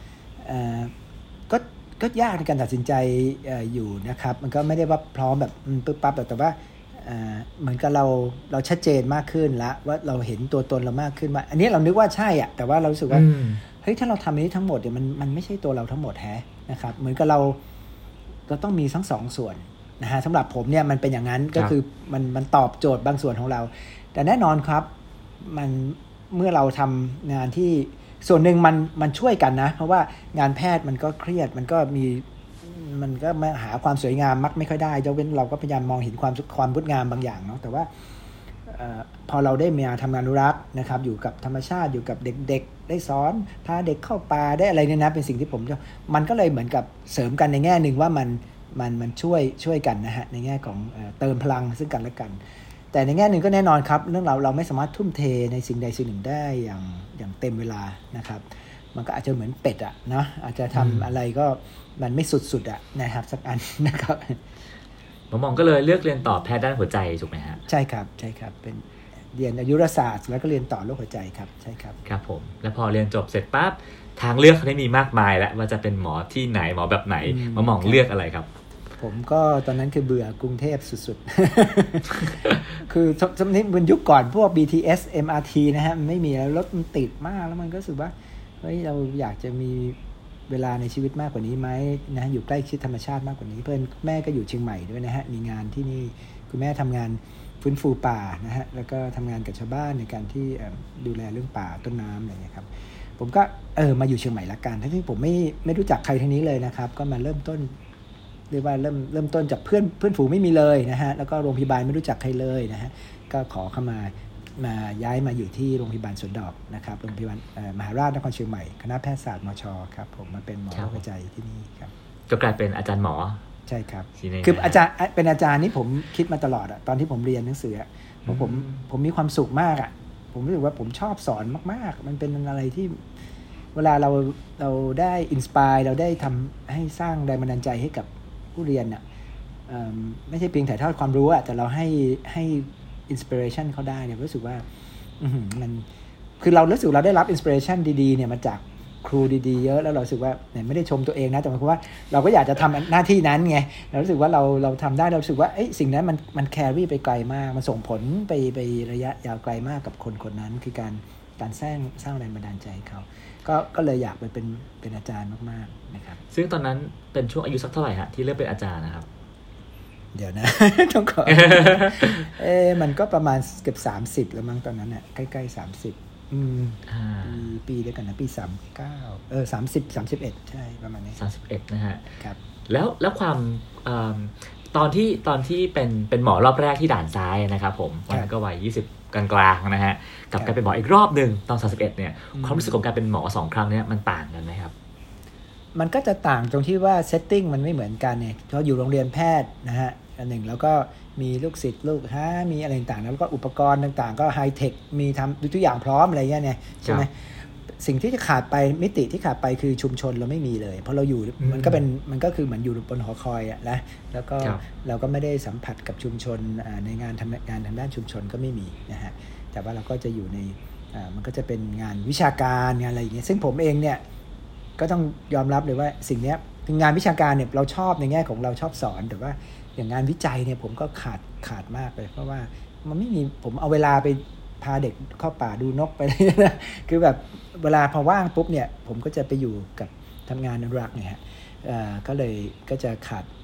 ก็ยากในการตัดสินใจอยู่นะครับมันก็ไม่ได้ว่าพร้อมแบบปึ๊บปั๊บแต่ว่าเหมือนกับเราชัดเจนมากขึ้นละว่าเราเห็นตัวตนเรามากขึ้นว่าอันนี้เรานึกว่าใช่แต่ว่าเรารู้สึกว่าเฮ้ยถ้าเราทำนี้ทั้งหมดเนี่ยมันไม่ใช่ตัวเราทั้งหมดนะครับเหมือนกับเราต้องมีทั้งสองส่วนนะฮะสำหรับผมเนี่ยมันเป็นอย่างนั้นก็คือมันตอบโจทย์บางส่วนของเราแต่แน่นอนครับมันเมื่อเราทำงานที่ส่วนหนึ่งมันช่วยกันนะเพราะว่างานแพทย์มันก็เครียดมันก็มาหาความสวยงามมักไม่ค่อยได้ยกเว้นเราก็พยายามมองเห็นความงดงามบางอย่างเนาะแต่ว่าพอเราได้มาทำงานอนุรักษ์นะครับอยู่กับธรรมชาติอยู่กับเด็กๆได้สอนพาเด็กเข้าป่าได้อะไรเนี่ยนะเป็นสิ่งที่ผมมันก็เลยเหมือนกับเสริมกันในแง่นึงว่ามันช่วยกันนะฮะในแง่ของเติมพลังซึ่งกันและกันแต่ในแง่นึงก็แน่นอนครับเรื่องเราไม่สามารถทุ่มเทในสิ่งใดสิ่งหนึ่งได้อย่างเต็มเวลานะครับมันก็อาจจะเหมือนเป็ดเนาะอาจจะทำอะไรก็มันไม่สุดนะครับสักอันนะครับผมมองก็เลยเลือกเรียนต่อแพทย์ด้านหัวใจถูกไหมฮะใช่ครับเป็นเรียนอายุรศาสตร์แล้วก็เรียนต่อโรคหัวใจครับใช่ครับครับผมแล้วพอเรียนจบเสร็จปั๊บทางเลือกได้มีมากมายแล้วว่าจะเป็นหมอที่ไหนหมอแบบไหนมองเลือกอะไรครับผมก็ตอนนั้นคือเบื่อกรุงเทพสุดๆ คือสมัยนี้เป็นยุคก่อนพวก BTS MRT นะฮะมันไม่มีแล้วรถมันติดมากแล้วมันก็รู้สึกว่าเฮ้ยเราอยากจะมีเวลาในชีวิตมากกว่านี้ไหมนะอยู่ใกล้ชิดธรรมชาติมากกว่านี้เพื่อนแม่ก็อยู่เชียงใหม่ด้วยนะฮะมีงานที่นี่คุณแม่ทำงานฟื้นฟูป่านะฮะแล้วก็ทำงานกับชาวบ้านในการที่ดูแลเรื่องป่าต้นน้ำอะไรอย่างเงี้ยครับผมก็มาอยู่เชียงใหม่ละกันทั้งที่ผมไม่รู้จักใครทั้งนี้เลยนะครับก็มาเริ่มต้นเรียกว่าเริ่มต้นจากเพื่อนฝูงไม่มีเลยนะฮะแล้วก็โรงพยาบาลไม่รู้จักใครเลยนะฮะก็ขอเข้ามาย้ายมาอยู่ที่โรงพยาบาลสวนดอกนะครับโรงพยาบาลมหาราชนครเชียงใหม่คณะแพทยศาสตร์มช.ครับผมมาเป็นหมอโรคหัวใจที่นี่ครับก็กลายเป็นอาจารย์หมอใช่ครับคืออาจารย์เป็นอาจารย์นี่ผมคิดมาตลอดตอนที่ผมเรียนหนังสือเพราะผมมีความสุขมากผมรู้สึกว่าผมชอบสอนมากๆมันเป็นอะไรที่เวลาเราได้อินสไปร์เราได้ทำให้สร้างแรงบันดาลใจให้กับผู้เรียนไม่ใช่เพียงถ่ายทอดความรู้แต่เราให้อินสปิเรชันเขาได้เนี่ยรู้สึกว่ามันคือเรารู้สึกเราได้รับอินสปิเรชันดีๆเนี่ยมาจากครูดีๆเยอะแล้วเรารู้สึกว่าเนี่ยไม่ได้ชมตัวเองนะแต่หมายความว่าเราก็อยากจะทำหน้าที่นั้นไงเรารู้สึกว่าเราทำได้เรารู้สึกว่าสิ่งนั้นมันแครี่ไปไกลมากมันส่งผลไประยะยาวไกลมากกับคนนั้นคือการสร้างแรงบันดาลใจเขาก็เลยอยากไปเป็นอาจารย์มากๆนะครับซึ่งตอนนั้นเป็นช่วงอายุสักเท่าไหร่ฮะที่เริ่มเป็นอาจารย์นะครับเดี๋ยวนะต้องขอมันก็ประมาณเกือบ30แล้วมั้งตอนนั้นใกล้ๆ30ปีเดียวกันนะปี39 30 31ใช่ประมาณนี้ 31นะฮะครับแล้วความตอนที่เป็นหมอรอบแรกที่ด่านซ้ายนะครับผมวันนั้นก็วัย20กลางๆนะฮะกับการเป็นหมออีกรอบนึงตอน31เนี่ยความรู้สึกของการเป็นหมอ2ครั้งเนี่ยมันต่างกันไหมครับมันก็จะต่างตรงที่ว่าเซตติ้งมันไม่เหมือนกันเนี่ยเราอยู่โรงเรียนแพทย์นะฮะอันหนึ่งแล้วก็มีลูกศิษย์ลูกหามีอะไรต่างๆแล้วก็อุปกรณ์ต่างๆก็ไฮเทคมีทำทุกอย่างพร้อมอะไรเงี้ยเนี่ยใช่ไหมสิ่งที่จะขาดไปมิติที่ขาดไปคือชุมชนเราไม่มีเลยเพราะเราอยู่มันก็คือเหมือนอยู่บนหอคอยนะแล้วก็เราก็ไม่ได้สัมผัสกับชุมชนในงานทางด้านชุมชนก็ไม่มีนะฮะแต่ว่าเราก็จะอยู่ในมันก็จะเป็นงานวิชาการงานอะไรอย่างเงี้ยซึ่งผมเองเนี่ยก็ต้องยอมรับเลยว่าสิ่งนี้งานวิชาการเนี่ยเราชอบในแง่ของเราชอบสอนแต่ว่าอย่างงานวิจัยเนี่ยผมก็ขาดมากเลยเพราะว่ามันไม่มีผมเอาเวลาไปพาเด็กเข้าป่าดูนกไปเลยนะคือแบบเวลาพอว่างปุ๊บเนี่ยผมก็จะไปอยู่กับทำงานอนุรักษ์เนี่ยฮะก็จะขาด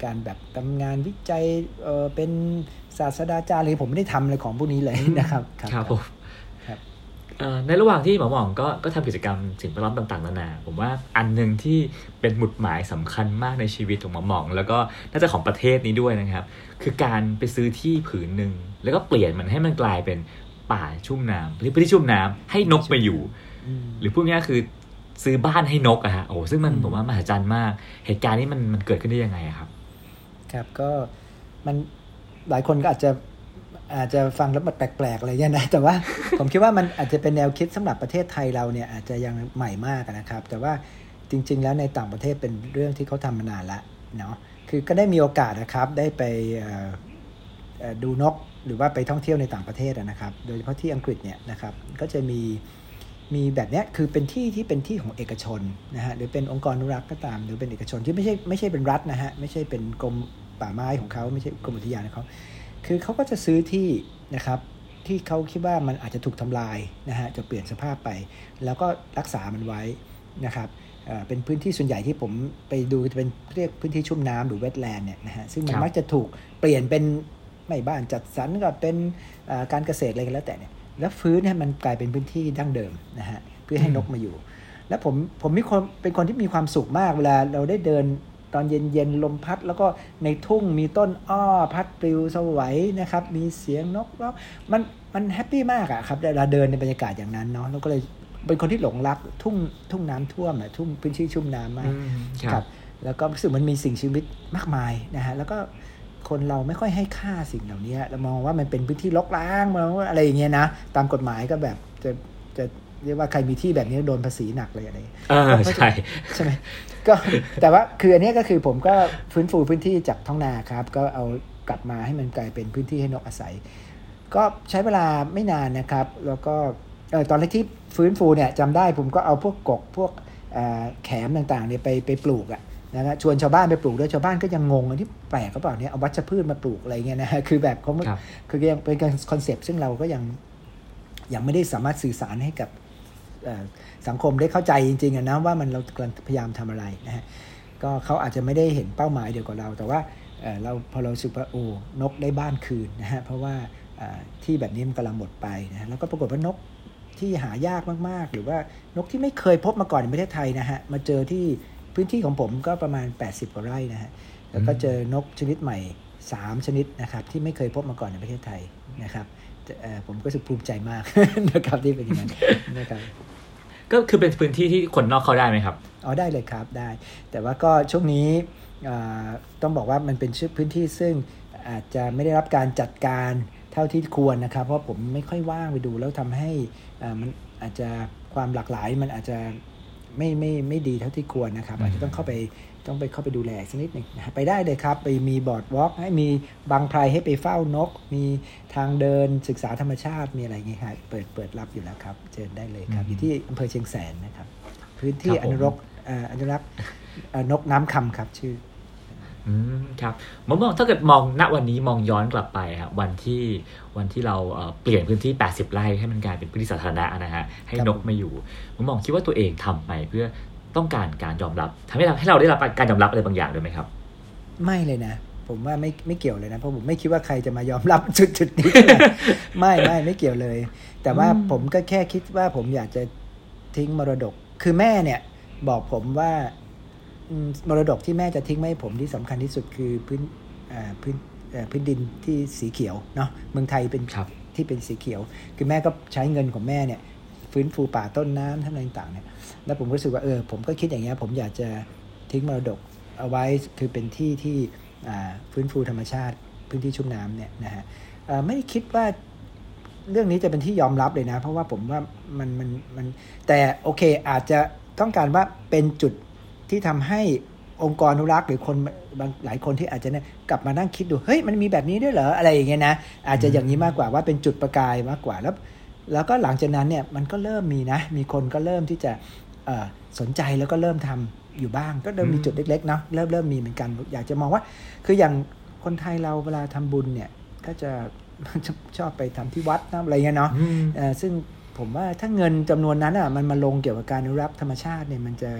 การแบบทำงานวิจัยเป็นศาสตราจารย์เลยผมไม่ได้ทำอะไรของพวกนี้เลยนะครับครับผมในระหว่างที่หมอหม่องก็ทำกิจกรรมสิ่งแวดล้อมต่างๆนานาผมว่าอันนึงที่เป็นหมุดหมายสำคัญมากในชีวิตของหมอหม่องแล้วก็น่าจะของประเทศนี้ด้วยนะครับคือการไปซื้อที่ผืนนึงแล้วก็เปลี่ยนมันให้มันกลายเป็นป่าชุ่มน้ำหรือพื้นที่ชุ่มน้ำให้นกไปอยู่หรือพูดง่ายๆคือซื้อบ้านให้นกอะฮะโอ้ซึ่งมันผมว่ามหัศจรรย์มากเหตุการณ์นี้มันเกิดขึ้นได้ยังไงครับครับก็มันหลายคนก็อาจจะฟังแล้วมันแปลกๆอะไรอย่างนี้นะแต่ว่า ผมคิดว่ามันอาจจะเป็นแนวคิดสำหรับประเทศไทยเราเนี่ยอาจจะยังใหม่มากนะครับแต่ว่าจริงๆแล้วในต่างประเทศเป็นเรื่องที่เขาทำมานานแล้วเนาะคือก็ได้มีโอกาสนะครับได้ไปดูนกหรือว่าไปท่องเที่ยวในต่างประเทศนะครับโดยเฉพาะที่อังกฤษเนี่ยนะครับก็จะมีแบบนี้คือเป็นที่เป็นที่ของเอกชนนะฮะหรือเป็นองค์กรอนุรักษ์ก็ตามหรือเป็นเอกชนที่ไม่ใช่เป็นรัฐนะฮะไม่ใช่เป็นกรมป่าไม้ของเขาไม่ใช่กรมอุทยานของเขาคือเขาก็จะซื้อที่นะครับที่เขาคิดว่ามันอาจจะถูกทำลายนะฮะจะเปลี่ยนสภาพไปแล้วก็รักษามันไว้นะครับเป็นพื้นที่ส่วนใหญ่ที่ผมไปดูจะเป็นเรียกพื้นที่ชุ่มน้ำหรือเวทแลนด์เนี่ยนะฮะซึ่งมันมักจะถูกเปลี่ยนเป็นไม่บ้านจัดสรรก็เป็นการเกษตรอะไรกันแล้วแต่เนี่ยแล้วฟื้นให้มันกลายเป็นพื้นที่ดั้งเดิมนะฮะเพื่อให้นกมาอยู่แล้วผมเป็นคนที่มีความสุขมากเวลาเราได้เดินตอนเย็นๆลมพัดแล้วก็ในทุ่งมีต้นอ้อพัดปลิวสวัยนะครับมีเสียงนกแล้วมันแฮปปี้มากอะครับเวลาเดินในบรรยากาศอย่างนั้นเนาะแล้วก็เลยเป็นคนที่หลงรักทุ่งน้ำท่วมอะทุ่งพื้นที่ชุ่มน้ำมากครับแล้วก็รู้สึกมันมีสิ่งชีวิตมากมายนะฮะแล้วก็คนเราไม่ค่อยให้ค่าสิ่งเหล่านี้เรามองว่ามันเป็นพื้นที่รกร้างมองว่าอะไรอย่างเงี้ยนะตามกฎหมายก็แบบจะเรียกว่าใครมีที่แบบนี้โดนภาษีหนักเลยอะไรใช่ไหมก็แต่ว่าคืออันนี้ก็คือผมก็ฟื้นฟูพื้นที่จากท้องนาครับก็เอากลับมาให้มันกลายเป็นพื้นที่ให้นกอาศัยก็ใช้เวลาไม่นานนะครับแล้วก็ตอนแรกที่ฟื้นฟูเนี่ยจำได้ผมก็เอาพวกกกพวกแขมต่างๆเนี่ยไปปลูกอะนะชวนชาวบ้านไปปลูกด้วยชาวบ้านก็ยังงงที่แปลกก็เปล่าเนี่ยเอาวัชพืชมาปลูกอะไรเงี้ยนะคือแบบเขาคือยังเป็นคอนเซปต์ซึ่งเราก็ยังไม่ได้สามารถสื่อสารให้กับสังคมได้เข้าใจจริงๆนะว่ามันเรากำลังพยายามทำอะไรนะฮะก็เขาอาจจะไม่ได้เห็นเป้าหมายเดียวกับเราแต่ว่าพอเราสึกว่าโอ้นกได้บ้านคืนนะฮะเพราะว่าที่แบบนี้มันกำลังหมดไปนะแล้วก็ปรากฏว่านกที่หายากมากๆหรือว่านกที่ไม่เคยพบมาก่อนในประเทศไทยนะฮะมาเจอที่พื้นที่ของผมก็ประมาณ80กว่าไร่นะฮะแล้วก็เจอนกชนิดใหม่3ชนิดนะครับที่ไม่เคยพบมาก่อนในประเทศไทยนะครับผมก็รู้สึกภูมิใจมากนะครับที่เป็นอย่างนั้นนะครับก็คือเป็นพื้นที่ที่คนนอกเข้าได้ไหมครับได้เลยครับได้แต่ว่าก็ช่วงนี้ต้องบอกว่ามันเป็นพื้นที่ซึ่งอาจจะไม่ได้รับการจัดการเท่าที่ควรนะครับเพราะผมไม่ค่อยว่างไปดูแล้วทำให้มันอาจจะความหลากหลายมันอาจจะไม่ดีเท่าที่ควรนะครับอาจจะต้องเข้าไปดูแลสักนิดนึงนะไปได้เลยครับไปมีบอร์ดวอล์กให้มีบางไพรให้ไปเฝ้านกมีทางเดินศึกษาธรรมชาติมีอะไรอย่างเงี้ยครับเปิดรับอยู่แล้วครับเชิญได้เลยครับอยู่ที่อำเภอเชียงแสนนะครับพื้นที่อนุรักษ์นกน้ำคำครับชื่อครับมองถ้าเกิดมองณวันนี้มองย้อนกลับไปครับวันที่เราเปลี่ยนพื้นที่80ไร่ให้มันกลายเป็นพื้นที่สาธารณะนะฮะให้นกมาอยู่มองคิดว่าตัวเองทำไปเพื่อต้องการยอมรับทำให้เราได้รับการยอมรับอะไรบางอย่างด้วยไหมครับไม่เลยนะผมว่าไม่เกี่ยวเลยนะเพราะผมไม่คิดว่าใครจะมายอมรับจุดนี้ ไม่เกี่ยวเลยแต่ว่าผมก็แค่คิดว่าผมอยากจะทิ้งมรดกคือแม่เนี่ยบอกผมว่ามรดกที่แม่จะทิ้งให้ผมที่สำคัญที่สุดคือพื้นดินที่สีเขียวเนาะเมืองไทยเป็นที่เป็นสีเขียวคือแม่ก็ใช้เงินของแม่เนี่ยฟื้นฟูป่าต้นน้ำทั้งอะไรต่างๆเนี่ยแล้วผมรู้สึกว่าผมก็คิดอย่างเงี้ยผมอยากจะทิ้งมรดกเอาไว้คือเป็นที่ฟื้นฟูธรรมชาติพื้นที่ชุ่มน้ำเนี่ยนะฮะไม่ได้คิดว่าเรื่องนี้จะเป็นที่ยอมรับเลยนะเพราะว่าผมว่ามันแต่โอเคอาจจะต้องการว่าเป็นจุดที่ทำให้องค์กรอนุรักษ์หรือคนบางหลายคนที่อาจจะเนี่ยกลับมานั่งคิดดูเฮ้ยมันมีแบบนี้ด้วยเหรออะไรอย่างเงี้ยนะอาจจะอย่างนี้มากกว่าว่าเป็นจุดประกายมากกว่าแล้วก็หลังจากนั้นเนี่ยมันก็เริ่มมีคนก็เริ่มที่จะสนใจแล้วก็เริ่มทำอยู่บ้างก็เริ่มมีจุดเล็กๆเนาะเริ่มมีเหมือนกันอยากจะมองว่าคืออย่างคนไทยเราเวลาทำบุญเนี่ยก็จะชอบไปทำที่วัดนะอะไรเงี้ยเนาะซึ่งผมว่าถ้าเงินจำนวนนั้นมันมาลงเกี่ยวกับการอนุรักษ์ธรรมชาติเนี่ยมันจะ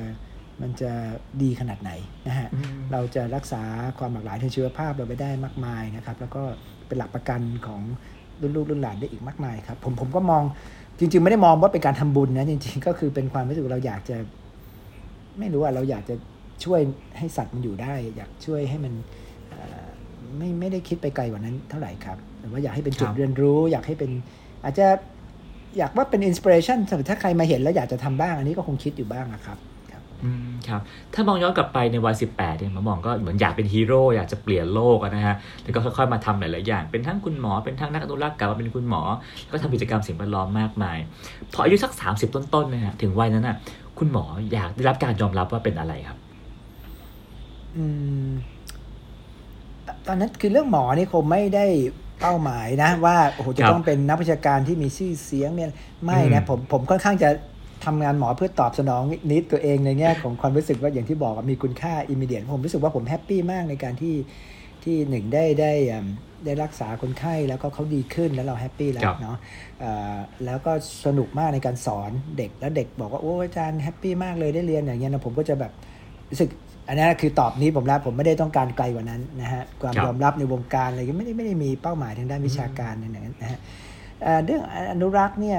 มันจะดีขนาดไหนนะฮะเราจะรักษาความหลากหลายทางชีวภาพเราไปได้มากมายนะครับแล้วก็เป็นหลักประกันของรุ่นลูกรุ่นหลานได้อีกมากมายครับผมก็มองจริงๆไม่ได้มองว่าเป็นการทำบุญนะจริงๆก็คือเป็นความรู้สึกเราอยากจะไม่รู้ว่าเราอยากจะช่วยให้สัตว์มันอยู่ได้อยากช่วยให้มันไม่ได้คิดไปไกลกว่านั้นเท่าไหร่ครับแต่ว่าอยากให้เป็นจุดเรียนรู้อยากให้เป็นอาจจะอยากว่าเป็นอินสปิเรชันถ้าใครมาเห็นแล้วอยากจะทำบ้างอันนี้ก็คงคิดอยู่บ้างนะครับครับถ้ามองย้อนกลับไปในวัย18เนี่ยมองก็เหมือนอยากเป็นฮีโร่อยากจะเปลี่ยนโลกนะฮะแล้วก็ค่อยๆมาทำหลายๆอย่างเป็นทั้งคุณหมอเป็นทั้งนักอนุรักษ์กลับมาเป็นคุณหมอก็ทำกิจกรรมสิ่งแวดล้อมมากมายพออายุสัก30ต้นๆนะฮะถึงวัยนั้นน่ะคุณหมออยากได้รับการยอมรับว่าเป็นอะไรครับตอนนั้นคือเรื่องหมอนี่คงไม่ได้เป้าหมายนะว่าโอ้โหจะต้องเป็นนักวิชาการที่มีชื่อเสียงเนี่ยไม่นะผมค่อนข้างจะทำงานหมอเพื่อตอบสนองนิดตัวเองในแง่ของความรู้สึกว่าอย่างที่บอกมีคุณค่าอิมมิเดียตผมรู้สึกว่าผมแฮปปี้มากในการที่หนึ่งได้รักษาคนไข้แล้วก็เขาดีขึ้นแล้วเราแฮปปี้แล้วเนาะแล้วก็สนุกมากในการสอนเด็กแล้วเด็กบอกว่าโอ้อาจารย์แฮปปี้มากเลยได้เรียนอย่างเงี้ยนะผมก็จะแบบรู้สึกอันนี้คือตอบนี้ผมแล้วผมไม่ได้ต้องการไกลกว่านั้นนะฮะความยอมรับในวงการอะไรก็ไม่ได้มีเป้าหมายทางด้านวิชาการอย่างนั้นนะฮะเรื่องอนุรักษ์เนี่ย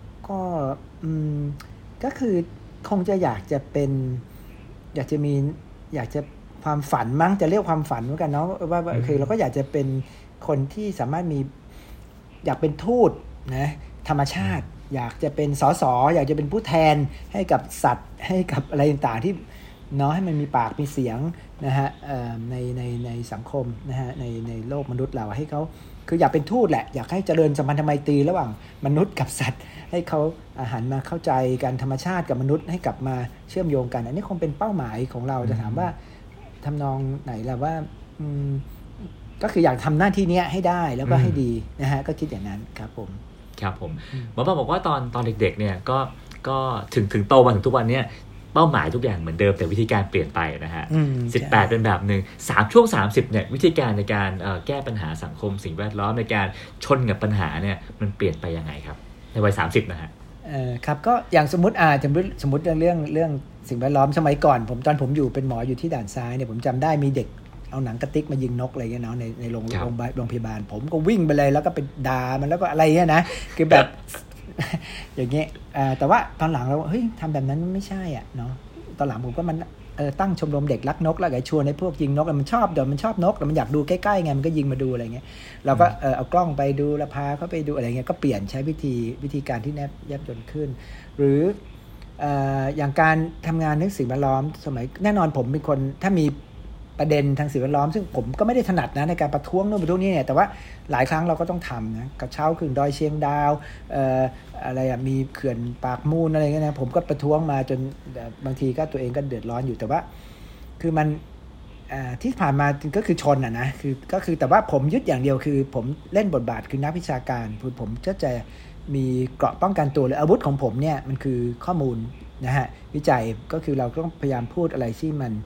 ก็คือคงจะอยากจะเป็นอยากจะความฝันมั้งจะเรียกความฝันเหมือนกันเนาะว่าคือเราก็อยากจะเป็นคนที่สามารถมีอยากเป็นทูตนะธรรมชาติอยากจะเป็นสสอยากจะเป็นผู้แทนให้กับสัตว์ให้กับอะไรต่างๆที่เนาะให้มันมีปากมีเสียงนะฮะในสังคมนะฮะในโลกมนุษย์เราให้เขาคืออยากเป็นทูตแหละอยากให้เจริญสัมพันธไมตรีระหว่างมนุษย์กับสัตว์ให้เขาหันมาเข้าใจกันธรรมชาติกับมนุษย์ให้กลับมาเชื่อมโยงกันอันนี้คงเป็นเป้าหมายของเราจะถามว่าทำนองไหนล่ะว่าก็คืออยากทำหน้าที่นี้ให้ได้แล้วก็ให้ดีนะฮะก็คิดอย่างนั้นครับผมหมอปลาบอกว่าตอนเด็กๆเนี่ยก็ถึงโตมาถึงทุกวันเนี้ยเป้าหมายทุกอย่างเหมือนเดิมแต่วิธีการเปลี่ยนไปนะฮะ18เป็นแบบนึงช่วง30เนี่ยวิธีการในการแก้ปัญหาสังคมสิ่งแวดล้อมในการชนกับปัญหาเนี่ยมันเปลี่ยนไปยังไงครับในวัย30นะฮะครับก็อย่างสมมติเรื่องสิ่งแวดล้อมสมัยก่อนตอนผมอยู่เป็นหมออยู่ที่ด่านซ้ายเนี่ยผมจำได้มีเด็กเอาหนังกระติกมายิงนกอะไรเงี้ยเนาะในโรงพยาบาลผมก็วิ่งไปเลยแล้วก็ไปด่ามันแล้วก็อะไรเงี้ยนะคือแบบอย่างเงี้ยแต่ว่าตอนหลังเราเฮ้ยทำแบบนั้นไม่ใช่อ่ะเนาะตอนหลังผมก็มันตั้งชมรมเด็กรักนกแล้วก็ชวนให้พวกยิงนกมันชอบมันชอบนกแต่มันอยากดูใกล้ๆไงมันก็ยิงมาดูอะไรเงี้ยเราก็เอากล้องไปดูแล้วพาเขาไปดูอะไรเงี้ยก็เปลี่ยนใช้วิธีการที่แยบยลขึ้นหรืออย่างการทำงานเรื่องสิ่งแวดล้อมสมัยแน่นอนผมเป็นคนถ้ามีประเด็นทางสิ่งแวดล้อมซึ่งผมก็ไม่ได้ถนัดนะในการประท้วงโน่นประท้วงนี่เนี่ยแต่ว่าหลายครั้งเราก็ต้องทำนะกระเช้าขึ้นดอยเชียงดาวอะไรมีเขื่อนปากมูลอะไรเงี้ยนะผมก็ประท้วงมาจนบางทีก็ตัวเองก็เดือดร้อนอยู่แต่ว่าคือมันที่ผ่านมาก็คือชนนะคือแต่ว่าผมยึดอย่างเดียวคือผมเล่นบทบาทคือนักวิชาการผมจะมีเกราะป้องกันตัวหรืออาวุธของผมเนี่ยมันคือข้อมูลนะฮะวิจัยก็คือเราต้องพยายามพูดอะไรที่มัน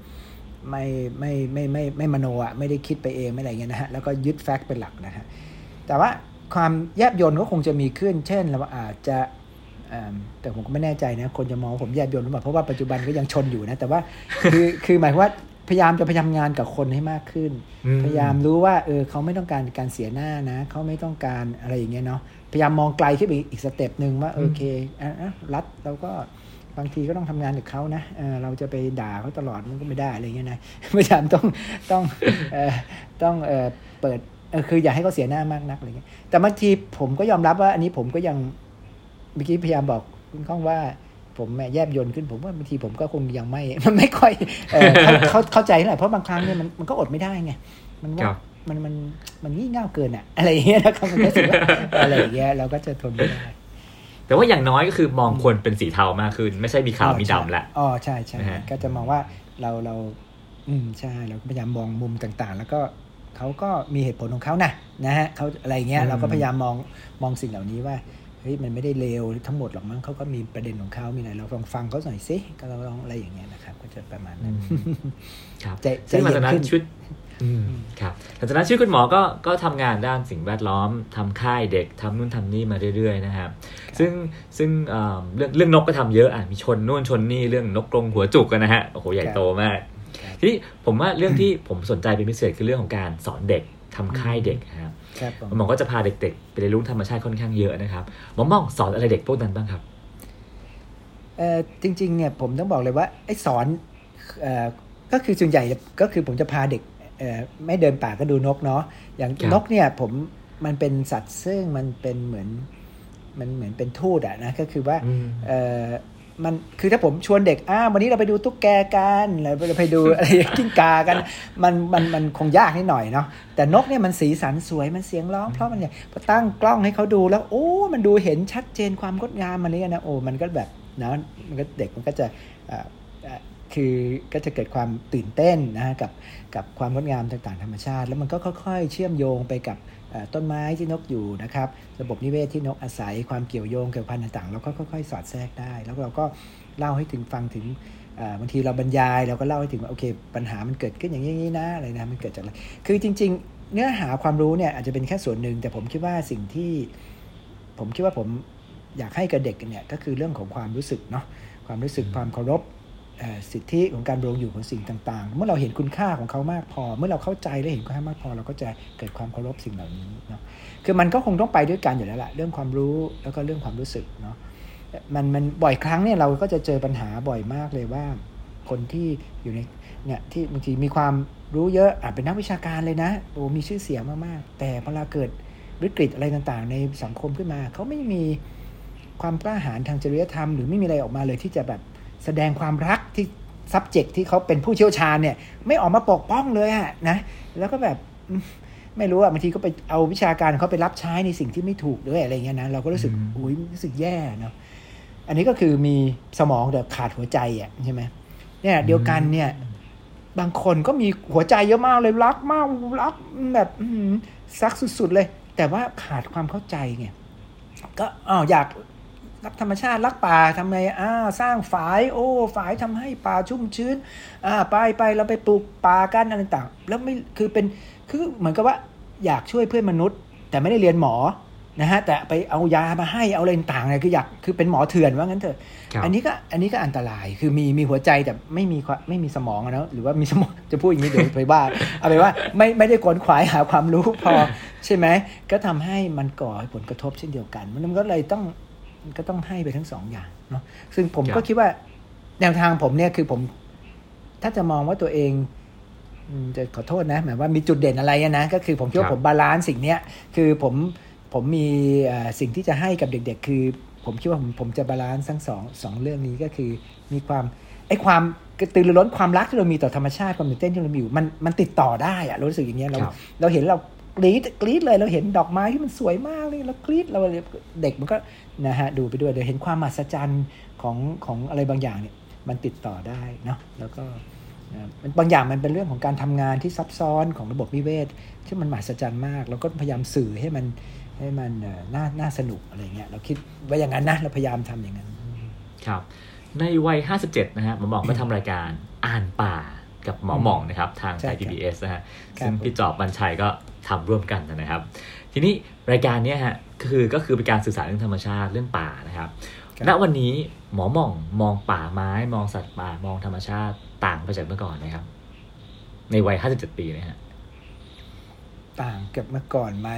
ไม่มโนอ่ะไม่ได้คิดไปเองไม่อะไรเงี้ยนะฮะแล้วก็ยึดแฟกต์เป็นหลักนะฮะแต่ว่าความแยบยลก็คงจะมีขึ้นเช่นเราอาจจะแต่ผมก็ไม่แน่ใจนะคนจะมองผมแยบยลหรือเปล่าเพราะว่าปัจจุบันก็ยังชนอยู่นะแต่ว่าคือหมายว่าพยายามงานกับคนให้มากขึ้นพยายามรู้ว่าเขาไม่ต้องการการเสียหน้านะเขาไม่ต้องการอะไรอย่างเงี้ยเนาะพยายามมองไกลขึ้นไปอีกสเต็ปนึงว่าโอเครัฐเราก็บางทีก็ต้องทำงานกับเขานะเราจะไปด่าเขาตลอดมันก็ไม่ได้อะไรเงี้ยนะพยายามต้องเปิดคืออย่าให้เขาเสียหน้ามากนักอะไรเงี้ยแต่บางทีผมก็ยอมรับว่าอันนี้ผมก็ยังเมื่อกี้พยายามบอกคุณก้องว่าผมแยบยลขึ้นผมว่าบางทีผมก็คงยังไม่ค่อยเข้าใจเท่าไหร่เพราะบางครั้งเนี่ยมันก็อดไม่ได้ไงมันว่ามันงี่เง่าเกินอะอะไรอย่างเงี้ยนะครับมันก็รู้สึกว่าอะไรอย่างเงี้ยเราก็จะทนไม่ได้แต่ว่าอย่างน้อยก็คือมองคนเป็นสีเทามากขึ้นไม่ใช่มีขาวมีดำละใช่ก็จะมองว่าเราใช่เราก็พยายามมองมุมต่างๆแล้วก็เขาก็มีเหตุผลของเขานะฮะเขาอะไรเงี้ยเราก็พยายามมองสิ่งเหล่านี้ว่าเฮ้ยมันไม่ได้เลวทั้งหมดหรอกมั้งเขาก็มีประเด็นของเขามีอะไรเราลองฟังเขาหน่อยสิก็เราลองอะไรอย่างเงี้ยนะครับก็จะประมาณนั้นครับซึ่งหลังจากนั้นชีวิตครับหลังจากนั้นชีวิตคุณหมอก็ทำงานด้านสิ่งแวดล้อมทำค่ายเด็กทำนู่นทำนี่มาเรื่อยๆนะครับซึ่งเรื่องนกก็ทำเยอะมีชนนู่นชนนี่เรื่องนกกรงหัวจุกกันนะฮะโอ้โหใหญ่โตมากทีนี้ผมว่าเรื่องที่ผมสนใจเป็นพิเศษคือเรื่องของการสอนเด็กทำค่ายเด็กครับหมอก็จะพาเด็กๆไปเรียนรู้ธรรมชาติค่อนข้างเยอะนะครับหมอมองสอนอะไรเด็กพวกนั้นบ้างครับจริงๆเนี่ยผมต้องบอกเลยว่าไอ้สอนก็คือส่วนใหญ่ก็คือผมจะพาเด็กไม่เดินป่าก็ดูนกเนาะอย่างนกเนี่ยมันเป็นสัตว์ซึ่งมันเป็นเหมือนเป็นทูตนะก็คือว่ามันคือถ้าผมชวนเด็กวันนี้เราไปดูตุ๊กแกกันเราไปดูอะไรกิ้งกากันมันคงยากนิดหน่อยเนาะแต่นกเนี่ยมันสีสันสวยมันเสียงร้องเพราะมันเนี่ยพอตั้งกล้องให้เขาดูแล้วโอ้มันดูเห็นชัดเจนความงดงามมันนี่นะโอ้มันก็แบบนะมันก็เด็กมันก็จะคือก็จะเกิดความตื่นเต้นนะกับความงดงามต่างๆธรรมชาติแล้วมันก็ค่อยๆเชื่อมโยงไปกับต้นไม้ที่นกอยู่นะครับระบบนิเวศที่นกอาศัยความเกี่ยวโยงเกี่ยวพันต่างๆเราก็ค่อยๆสอดแทรกได้แล้วเราก็เล่าให้ถึงฟังถึงบางทีเราบรรยายเราก็เล่าให้ถึงว่าโอเคปัญหามันเกิดขึ้นอย่างนี้นะอะไรนะมันเกิดจากอะไรคือจริงๆเนื้อหาความรู้เนี่ยอาจจะเป็นแค่ส่วนหนึ่งแต่ผมคิดว่าสิ่งที่ผมคิดว่าผมอยากให้กับเด็กเนี่ยก็คือเรื่องของความรู้สึกเนาะความรู้สึกความเคารพสิทธิของการดำรงอยู่ของสิ่งต่างๆเมื่อเราเห็นคุณค่าของเขามากพอเมื่อเราเข้าใจและเห็นคุณค่ามากพอเราก็จะเกิดความเคารพสิ่งเหล่านี้เนาะคือมันก็คงต้องไปด้วยกันอยู่แล้วล่ะเรื่องความรู้แล้วก็เรื่องความรู้สึกเนาะมันบ่อยครั้งเนี่ยเราก็จะเจอปัญหาบ่อยมากเลยว่าคนที่อยู่ในเนี่ยที่บางทีมีความรู้เยอะเป็นนักวิชาการเลยนะโอ้มีชื่อเสียงมากๆแต่พอเราเกิดวิกฤตอะไรต่างๆในสังคมขึ้นมาเขาไม่มีความกล้าหาญทางจริยธรรมหรือไม่มีอะไรออกมาเลยที่จะแบบแสดงความรักที่ subject ที่เขาเป็นผู้เชี่ยวชาญเนี่ยไม่ออกมาปกป้องเลยนะแล้วก็แบบไม่รู้บางทีก็ไปเอาวิชาการเขาไปรับใช้ในสิ่งที่ไม่ถูกด้วยอะไรเงี้ยนะเราก็รู้สึกรู้สึกแย่เนาะอันนี้ก็คือมีสมองแต่ขาดหัวใจใช่ไหมเนี่ยเดียวกันเนี่ยบางคนก็มีหัวใจเยอะมากเลยรักมากรักแบบซักสุดๆเลยแต่ว่าขาดความเข้าใจไงก็อยากรักธรรมชาติรักป่าทำไงสร้างฝายฝายทำให้ป่าชุ่มชื้นไปเราไปปลูกป่ากันอะไรต่างแล้วไม่คือเหมือนกับว่าอยากช่วยเพื่อนมนุษย์แต่ไม่ได้เรียนหมอนะฮะแต่ไปเอายามาให้เอาอะไรต่างๆคืออยากคือเป็นหมอเถื่อนว่างั้นเถอะอันนี้ก็อันตรายคือมีหัวใจแต่ไม่มีสมองนะหรือว่ามีสมองจะพูดอย่างนี้เดี๋ยวไปบ้าเอาไปว่าไม่ได้ขวนขวายหาความรู้พอใช่ไหมก็ทำให้มันก่อผลกระทบเช่นเดียวกันมันก็เลยต้องให้ไปทั้งสองอย่างเนาะซึ่งผมก็คิดว่าแนวทางผมเนี่ยคือผมถ้าจะมองว่าตัวเองจะขอโทษนะหมายว่ามีจุดเด่นอะไรนะก็คือผมคิดว่าผมบาลานซ์สิ่งเนี้ยคือผมมีสิ่งที่จะให้กับเด็กๆคือผมคิดว่าผมจะบาลานซ์ทั้งสองเรื่องนี้ก็คือมีความกระตือรือร้นความรักที่เรามีต่อธรรมชาติความตื่นเต้นที่เรามีอยู่มันติดต่อได้รู้สึกอย่างเงี้ยเราเห็นเรากรี๊ดเลยเราเห็นดอกไม้ที่มันสวยมากเลยเรากรี๊ดเราเด็กมันก็นะฮะดูไปด้วยเดี๋ยวเห็นความมหัศจรรย์ของอะไรบางอย่างเนี่ยมันติดต่อได้เนาะแล้วก็บางอย่างมันเป็นเรื่องของการทำงานที่ซับซ้อนของระบบนิเวศที่มันมหัศจรรย์มากเราก็พยายามสื่อให้มันน่าสนุกอะไรเงี้ยเราคิดว่าอย่างนั้นนะเราพยายามทำอย่างนั้นครับในวัย57นะฮะหมอหม่องก็ทำรายการอ่านป่ากับหมอหม่องนะครับทางไทย PBS นะฮะซึ่งพี่จอบบัญชัยก็ทำร่วมกันนะครับทีนี้รายการนี้ฮะก็คือเป็นการสื่อสารเรื่องธรรมชาติเรื่องป่านะครับณวันนี้หมอหม่องมองป่าไม้มองสัตว์ป่ามองธรรมชาติต่างไปจากเมื่อก่อนนะครับในวัย57ปีนะฮะต่างกับเมื่อก่อนไหม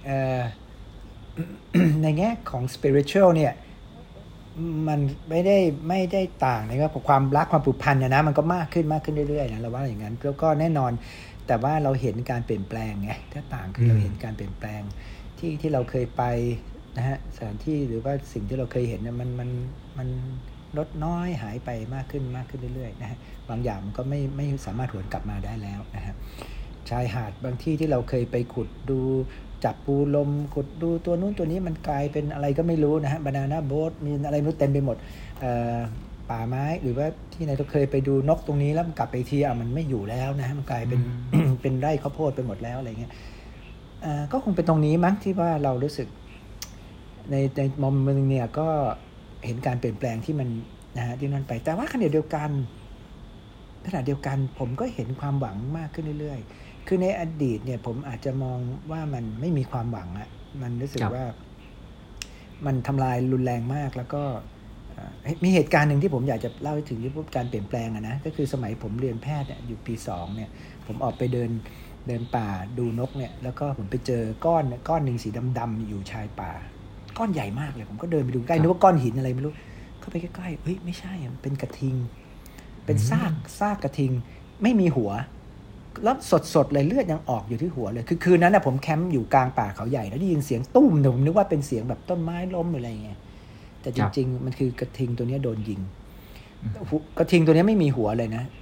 ในแง่ของ spiritual เนี่ยมันไม่ได้ต่างนะครับความรักความผูกพันนะมันก็มากขึ้นเรื่อยๆนะเราว่าอย่างนั้นแล้วก็แน่นอนแต่ว่าเราเห็นการเปลี่ยนแปลงไงถ้าต่างคือเราเห็นการเปลี่ยนแปลงที่เราเคยไปนะฮะสถานที่หรือว่าสิ่งที่เราเคยเห็นเนี่ยมันลดน้อยหายไปมากขึ้นเรื่อยๆนะฮะบางอย่างมันก็ไม่สามารถหวนกลับมาได้แล้วนะฮะชายหาดบางที่ที่เราเคยไปขุดดูจับปูลมขุดดูตัวนู้นตัวนี้มันกลายเป็นอะไรก็ไม่รู้นะฮะบานาน่าโบ๊ทมีอะไรไม่รู้เต็มไปหมดป่าไม้หรือว่าที่ไหนเราเคยไปดูนกตรงนี้แล้วมันกลับไปทีมันไม่อยู่แล้วนะฮะมันกลายเป็น เป็นไร่ข้าวโพดไปหมดแล้วอะไรเงี้ยก็คงเป็นตรงนี้มั้งที่ว่าเรารู้สึกในมุมนึงเนี่ยก็เห็นการเปลี่ยนแปลงที่มันนะฮะที่นั่นไปแต่ว่าขณะเดียวกันผมก็เห็นความหวังมากขึ้นเรื่อยๆคือในอดีตเนี่ยผมอาจจะมองว่ามันไม่มีความหวังอะมันรู้สึกว่ามันทำลายรุนแรงมากแล้วก็มีเหตุการณ์หนึ่งที่ผมอยากจะเล่าให้ถึงที่การเปลี่ยนแปลงนะก็คือสมัยผมเรียนแพทย์อยู่ปี2เนี่ยผมออกไปเดินป่าดูนกเนี่ยแล้วก็ผมไปเจอก้อนหนึ่งสีดำๆอยู่ชายป่าก้อนใหญ่มากเลยผมก็เดินไปดูใกล้นึกว่าก้อนหินอะไรไม่รู้เข้าไปใกล้ๆเฮ้ยไม่ใช่มันเป็นกระทิงเป็นซากกระทิงไม่มีหัวแล้วสดๆเลยเลือดยังออกอยู่ที่หัวเลยคือคืนนั้นนะผมแคมป์อยู่กลางป่าเขาใหญ่แล้วได้ยินเสียงตุ้มผมนึกว่าเป็นเสียงแบบต้นไม้ล้มหรืออะไรเงี้ยแต่จริงๆมันคือกระทิงตัวนี้โดนยิงกระทิงตัวนี้ไม่มีหัวเลยนะ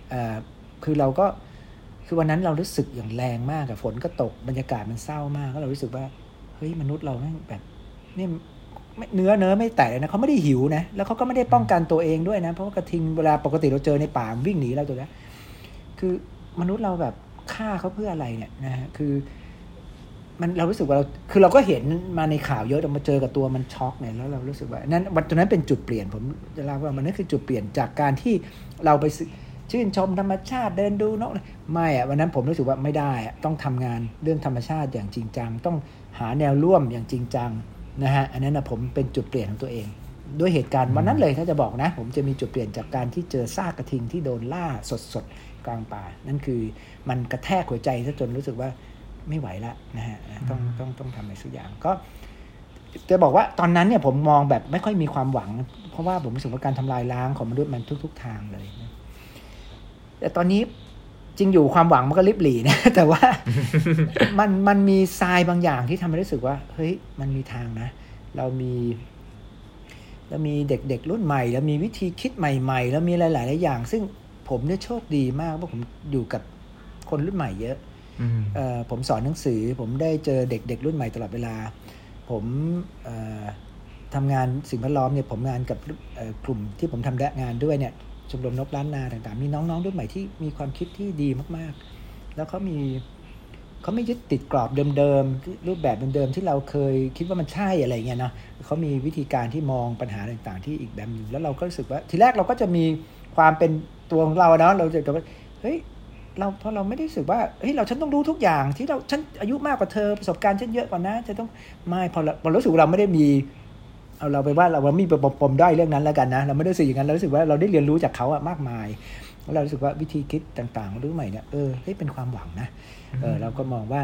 คือวันนั้นเรารู้สึกอย่างแรงมากฝนก็ตกบรรยากาศมันเศร้ามากก็เรารู้สึกว่าเฮ้ยมนุษย์เราแบบนี่เนื้อไม่แตกนะเขาไม่ได้หิวนะแล้วเขาก็ไม่ได้ป้องกันตัวเองด้วยนะเพราะว่ากระทิงเวลาปกติเราเจอในป่าวิ่งหนีเราตัวนี้คือมนุษย์เราแบบฆ่าเขาเพื่ออะไรเนี่ยนะฮะคือมันเรารู้สึกว่าเราก็เห็นมาในข่าวเยอะแต่มาเจอกับตัวมันช็อกเนี่ยแล้วเรารู้สึกว่านั้นวันนั้นเป็นจุดเปลี่ยนผมจะเล่าว่ามันนั่นคือจุดเปลี่ยนจากการที่เราไปชื่นชมธรรมชาติเดินดูนกไม่อะวันนั้นผมรู้สึกว่าไม่ได้ต้องทำงานเรื่องธรรมชาติอย่างจริงจังต้องหาแนวร่วมอย่างจริงจังนะฮะอันนั้นนะผมเป็นจุดเปลี่ยนของตัวเองด้วยเหตุการณ์วันนั้นเลยถ้าจะบอกนะผมจะมีจุดเปลี่ยนจากการที่เจอซากกระทิงที่โดนล่าสดกลางป่านั่นคือมันกระแทกหัวใจซะจนรู้สึกว่าไม่ไหวละนะฮะต้องทำอะไรสักอย่างก็จะบอกว่าตอนนั้นเนี่ยผมมองแบบไม่ค่อยมีความหวังเพราะว่าผมรู้สึกว่าการทำลายล้างของมนุษย์มันทุกทางเลยนะแต่ตอนนี้จริงอยู่ความหวังมันก็ลิบหลี่นะแต่ว่า มันมีทรายบางอย่างที่ทำให้รู้สึกว่าเฮ้ยมันมีทางนะเรามีเด็กๆรุ่นใหม่แล้วมีวิธีคิดใหม่ๆแล้วมีหลายๆอย่างซึ่งผมเนี่ยโชคดีมากเพราะผมอยู่กับคนรุ่นใหม่เยอะผมสอนหนังสือผมได้เจอเด็กๆรุ่นใหม่ตลอดเวลาผมทำงานสิ่งแวดล้อมเนี่ยผมงานกับกลุ่มที่ผมทำงานด้วยเนี่ยชมรมนกล้านนาต่างๆมีน้องๆรุ่นใหม่ที่มีความคิดที่ดีมากๆแล้วเขาไม่ยึดติดกรอบเดิมๆรูปแบบเดิมๆที่เราเคยคิดว่ามันใช่อะไรเงี้ยเนาะเขามีวิธีการที่มองปัญหาต่างๆที่อีกแบบนึงแล้วเราก็รู้สึกว่าทีแรกเราก็จะมีความเป็นตัวของเราเนาะเราจะว่าเฮ้ยเพราะเราไม่ได้รู้สึกว่าเฮ้ยฉันต้องรู้ทุกอย่างที่ฉันอายุมากกว่าเธอประสบการณ์ฉันเยอะกว่านะจะต้องไม่พอรู้สึกเราไม่ได้มีเอาเราไปว่าเรามีปมด้อยเรื่องนั้นแล้วกันนะเราไม่ได้รู้สึกอย่างนั้นเรารู้สึกว่าเราได้เรียนรู้จากเขาอะมากมายแล้วเรารู้สึกว่าวิธีคิดต่างๆรุ่นใหม่เนี่ยเฮ้ยเป็นความหวังนะเราก็มองว่า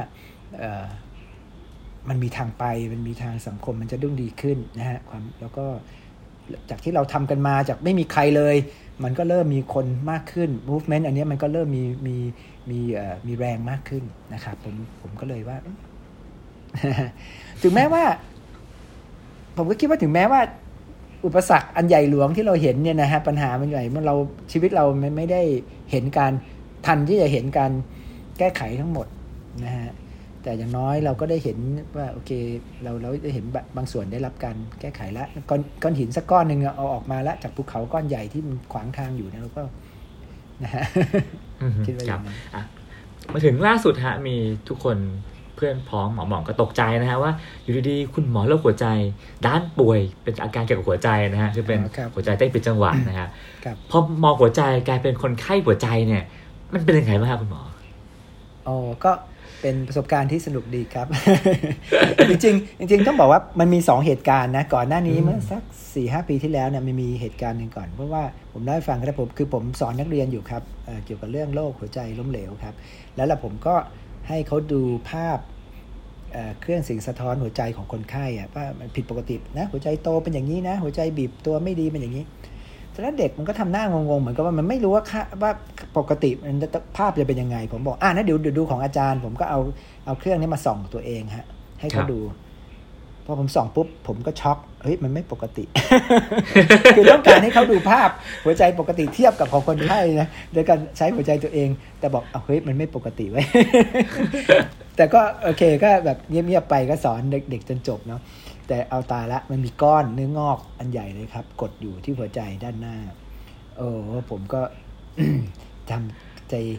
มันมีทางไปมันมีทางสังคมมันจะดุ้งดีขึ้นนะฮะแล้วก็จากที่เราทำกันมาจากไม่มีใครเลยมันก็เริ่มมีคนมากขึ้น movement อันนี้มันก็เริ่มมีแรงมากขึ้นนะครับผมก็เลยว่า ถึงแม้ว่าผมก็คิดว่าถึงแม้ว่าอุปสรรคอันใหญ่หลวงที่เราเห็นเนี่ยนะฮะปัญหามันใหญ่มันเราชีวิตเราไม่ได้เห็นการทันที่จะเห็นการแก้ไขทั้งหมดนะฮะแต่อย่างน้อยเราก็ได้เห็นว่าโอเคเราได้เห็นบางส่วนได้รับการแก้ไขแล้วก้อนหินสักก้อนนึงเอาออกมาแล้วจากภูเขาก้อนใหญ่ที่มันขวางทางอยู่เนี่ยเราก็นะฮะคิดว่าอย่างนั้นมาถึงล่าสุดฮะมีทุกคนเพื่อนพ้องหมอหม่องก็ตกใจนะฮะว่าอยู่ดีๆคุณหมอโรคหัวใจด้านป่วยเป็นอาการเกี่ยวกับหัวใจนะฮะคือเป็นหัวใจเต้นผิดจังหวะนะฮะพอมองหัวใจกลายเป็นคนไข้หัวใจเนี่ยมันเป็นยังไงบ้างครับคุณหมอก็เป็นประสบการณ์ที่สนุกดีครับ จริงต้องบอกว่ามันมี2เหตุการณ์นะก่อนหน้านี้เมื่อสัก 4-5 ปีที่แล้วเนี่ยมีเหตุการณ์นึงก่อนเพราะว่าผมได้ฟังครับผมสอนนักเรียนอยู่ครับเกี่ยวกับเรื่องโรคหัวใจล้มเหลวครับแล้วผมก็ให้เขาดูภาพเครื่องสิ่งสะท้อนหัวใจของคนไข้ว่ามันผิดปกตินะหัวใจโตเป็นอย่างนี้นะหัวใจบีบตัวไม่ดีเป็นอย่างนี้แล้วเด็กมันก็ทำหน้างงๆเหมือนกับว่ามันไม่รู้ว่าปกติมันภาพจะเป็นยังไงผมบอกนะเดี๋ยวดูของอาจารย์ผมก็เอาเครื่องนี้มาส่องตัวเองฮะให้เขาดูพอผมส่องปุ๊บผมก็ช็อกเฮ้ยมันไม่ปกติ คือต้องการให้เขาดูภาพหัวใจปกติเทียบกับของคนไข้นะโดยการใช้หัวใจตัวเองแต่บอกเฮ้ยมันไม่ปกติไว้ แต่ก็โอเคก็แบบเงียบๆไปก็สอนเด็กๆจนจบเนาะแต่เอาตาละมันมีก้อนเนื้องอกอันใหญ่เลยครับกดอยู่ที่หัวใจด้านหน้าผมก็ ทำใจ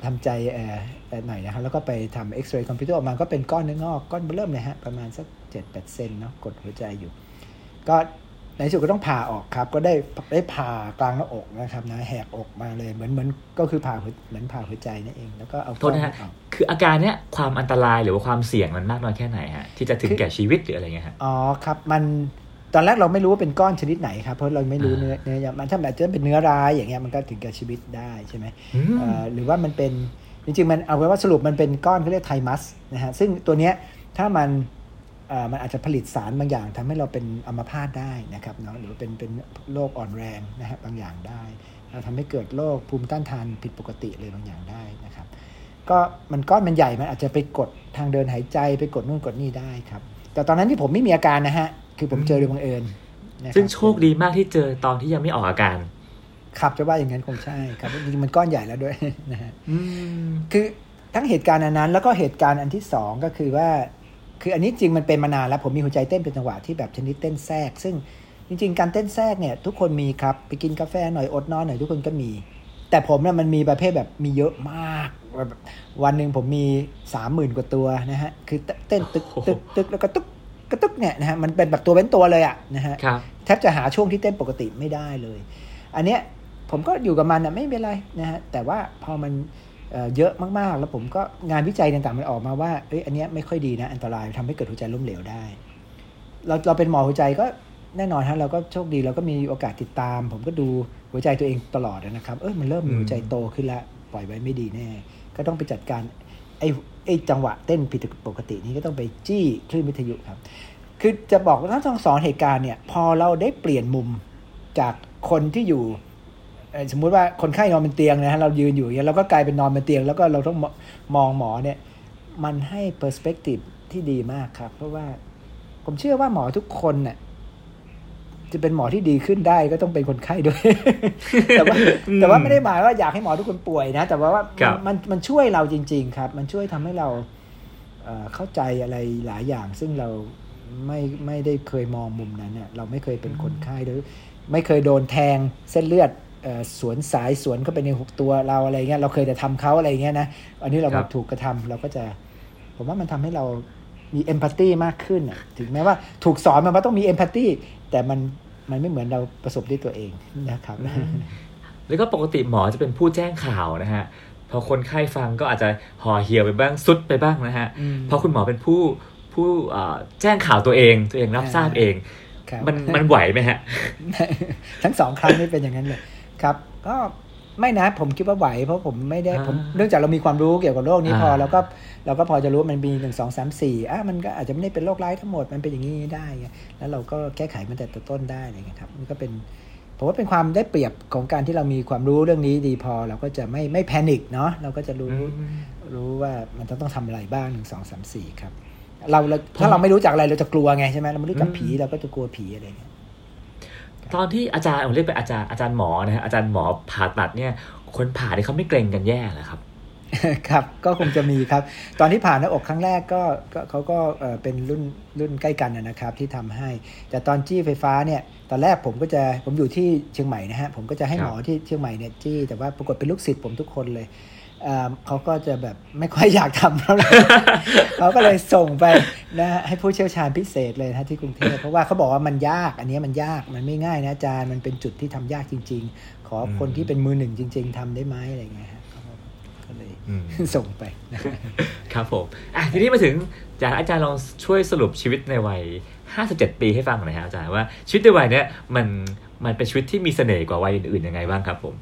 ทำใจหน่อยนะครับแล้วก็ไปทำเอ็กซเรย์คอมพิวเตอร์ออกมาก็เป็นก้อนเนื้องอกก้อนเริ่มเลยฮะประมาณสัก 7-8 เซนเนาะกดหัวใจอยู่ก็ในที่สุดก็ต้องผ่าออกครับก็ได้ผ่ากลางหน้าอกนะครับนะแหกอกมาเลยเหมือนก็คือผ่าเหมือนผ่าหัวใจนั่นเองแล้วก็เอาโทษนะฮะคืออาการเนี้ยความอันตรายหรือว่าความเสี่ยงมันมากน้อยแค่ไหนฮะที่จะถึงแก่ชีวิตหรืออะไรเงี้ยฮะอ๋อครับมันตอนแรกเราไม่รู้ว่าเป็นก้อนชนิดไหนครับเพราะเราไม่รู้เนื้อมันถ้าแบบจะเป็นเนื้อร้ายอย่างเงี้ยมันก็ถึงแก่ชีวิตได้ใช่ไหมหรือว่ามันเป็นจริงๆมันเอาไว้ว่าสรุปมันเป็นก้อนเขาเรียกไทมัสนะฮะซึ่งตัวเนี้ยถ้ามันอาจจะผลิตสารบางอย่างทำให้เราเป็นอัมพาตได้นะครับเนาะหรือเป็นโรคอ่อนแรงนะฮะบางอย่างได้ทำให้เกิดโรคภูมิต้านทานผิดปกติเลยบางอย่างได้นะครับก็มันก้อนมันใหญ่มันอาจจะไปกดทางเดินหายใจไปกดนู่นกดนี่ได้ครับแต่ตอนนั้นที่ผมไม่มีอาการนะฮะคือผมเจอโดยบังเอิญซึ่งโชคดีมากที่เจอตอนที่ยังไม่ออกอาการครับจะว่าอย่างนั้นคงใช่ครับจริงๆมันก้อนใหญ่แล้วด้วยนะฮะคือทั้งเหตุการณ์อันนั้นแล้วก็เหตุการณ์อันที่สองก็คือว่าคืออันนี้จริงมันเป็นมานานแล้วผมมีหัวใจเต้นเป็นจังหวะที่แบบชนิดเต้นแทรกซึ่งจริงๆการเต้นแทรกเนี่ยทุกคนมีครับไปกินกาแฟหน่อยอดนอนหน่อยทุกคนก็มีแต่ผมเนี่ยมันมีประเภทแบบมีเยอะมากวันนึงผมมี 30,000 กว่าตัวนะฮะคือเต้นตึกแล้วก็ตึกเนี่ยนะฮะมันเป็นแบบตัวเว้นตัวเลยอ่ะนะฮะแทบจะหาช่วงที่เต้นปกติไม่ได้เลยอันเนี้ยผมก็อยู่กับมันนะไม่เป็นไรนะฮะแต่ว่าพอมันเยอะมากๆแล้วผมก็งานวิจัยต่างๆมันออกมาว่าอันนี้ไม่ค่อยดีนะอันตรายทำให้เกิดหัวใจล้มเหลวได้เราเป็นหมอหัวใจก็แน่นอนฮะเราก็โชคดีเราก็มีโอกาสติดตามผมก็ดูหัวใจตัวเองตลอดนะครับมันเริ่มมีหัวใจโตขึ้นแล้วปล่อยไว้ไม่ดีแน่ก็ต้องไปจัดการไอ้จังหวะเต้นผิดปกตินี้ก็ต้องไปจี้คลื่นวิทยุครับคือจะบอกว่าทั้งสองเหตุการณ์เนี่ยพอเราได้เปลี่ยนมุมจากคนที่อยู่สมมุติว่าคนไข้นอนบนเตียงนะฮะเรายืนอยู่อย่างนี้เราก็กลายเป็นนอนบนเตียงแล้วก็เราต้องมองหมอเนี่ยมันให้ perspective ที่ดีมากครับเพราะว่าผมเชื่อว่าหมอทุกคนเนี่ยจะเป็นหมอที่ดีขึ้นได้ก็ต้องเป็นคนไข้ด้วย แต่ว่าไม่ได้หมายว่าอยากให้หมอทุกคนป่วยนะแต่ว่ามันช่วยเราจริงๆครับมันช่วยทำให้เราเข้าใจอะไรหลายอย่างซึ่งเราไม่ได้เคยมองมุมนั้นเนี่ยเราไม่เคยเป็นคนไข้หรือไม่เคยโดนแทงเส้นเลือดสวนสายสวนเข้าไปในตัวเราอะไรเงี้ยเราเคยแต่ทำเขาอะไรเงี้ยนะอันนี้เราถูกกระทำเราก็จะผมว่ามันทำให้เรามีเอมพัตตีมากขึ้นถึงแม้ว่าถูกสอนมาว่าต้องมีเอมพัตตีแต่มันไม่เหมือนเราประสบด้วยตัวเองนะครับแล้วก็ปกติหมอจะเป็นผู้แจ้งข่าวนะฮะพอคนไข้ฟังก็อาจจะห่อเหี่ยวไปบ้างซุดไปบ้างนะฮะพอคุณหมอเป็นผู้แจ้งข่าวตัวเองรับทราบเองมันไหวไหมฮะทั้งสองครั้งนี่เป็นอย่างนั้นเลยครับก็ไม่นะผมคิดว่าไหวเพราะผมไม่ได้ผมเนื่องจากเรามีความรู้เกี่ยวกับโรคนี้พอเราก็พอจะรู้มันมี1 2 3 4มันก็อาจจะไม่ได้เป็นโรคร้ายทั้งหมดมันเป็นอย่างนี้ได้แล้วเราก็แก้ไขมันแต่ต้นได้อะไรเงี้ยครับนี่ก็เป็นผมว่าเป็นความได้เปรียบของการที่เรามีความรู้เรื่องนี้ดีพอเราก็จะไม่แพนิคเนาะเราก็จะรู้ว่ามันต้องทำอะไรบ้าง1 2 3 4ครับเราถ้าเราไม่รู้จักอะไรเราจะกลัวไงใช่ไหมเราไม่รู้จักผีเราก็จะกลัวผีอะไรเงี้ยตอนที่อาจารย์ผมเรียกเป็นอาจารย์หมอนะฮะอาจารย์หมอผ่าตัดเนี่ยคนผ่าที่เขาไม่เกรงกันแย่เหรอครับครับก็คงจะมีครับตอนที่ผ่าหน้าอกครั้งแรกก็เขาก็เป็นรุ่นใกล้กันนะครับที่ทำให้แต่ตอนจี้ไฟฟ้าเนี่ยตอนแรกผมอยู่ที่เชียงใหม่นะฮะผมก็จะให้หมอที่เชียงใหม่เนี่ยจี้แต่ว่าปรากฏเป็นลูกศิษย์ผมทุกคนเลยเขาก็จะแบบไม่ค่อยอยากทำเท่าไหร่ เขาก็เลยส่งไปนะให้ผู้เชี่ยวชาญพิเศษเลยนะที่กรุงเทพเพราะว่าเขาบอกว่ามันยากอันนี้มันยากมันไม่ง่ายนะอาจารย์มันเป็นจุดที่ทำยากจริงๆขอคนที่เป็นมือหนึ่งจริงๆทำได้ไหมอะไรเงี้ยก็เลยส่งไปครับผมทีนี้มาถึงอยากอาจารย์ลองช่วยสรุปชีวิตในวัย57 ปีให้ฟังหน่อยครับอาจารย์ว่าชีวิตในวัยเนี้ยมันเป็นชีวิตที่มีเสน่ห์กว่าวัยอื่นๆยังไงบ้างครับผม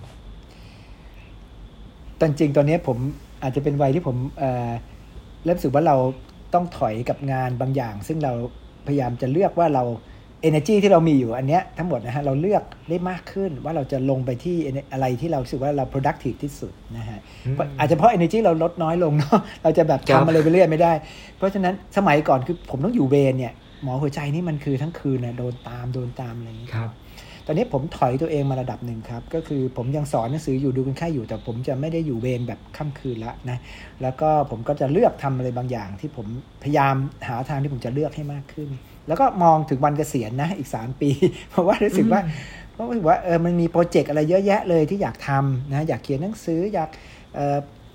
ตอนจริงตอนนี้ผมอาจจะเป็นวัยที่ผมเริ่มรู้สึกว่าเราต้องถอยกับงานบางอย่างซึ่งเราพยายามจะเลือกว่าเรา energy ที่เรามีอยู่อันเนี้ยทั้งหมดนะฮะเราเลือกได้มากขึ้นว่าเราจะลงไปที่อะไรที่เรารู้สึกว่าเรา productive ที่สุดนะฮะอาจจะเพราะ energy เราลดน้อยลงเนาะเราจะแบบทำอะไรไปเรื่อยไม่ได้เพราะฉะนั้นสมัยก่อนคือผมต้องอยู่เวรเนี่ยหมอหัวใจนี่มันคือทั้งคืนนะโดนตามอะไรอย่างนี้ครับตอนนี้ผมถอยตัวเองมาระดับหนึ่งครับก็คือผมยังสอนหนังสืออยู่ดูคนไข้อยู่แต่ผมจะไม่ได้อยู่เวรแบบค่ำคืนละนะแล้วก็ผมก็จะเลือกทำอะไรบางอย่างที่ผมพยายามหาทางที่ผมจะเลือกให้มากขึ้นแล้วก็มองถึงวันเกษียณนะอีก3 ปีเพราะว่ารู้สึกว่ามันมีโปรเจกต์อะไรเยอะแยะเลยที่อยากทำนะอยากเขียนหนังสืออยาก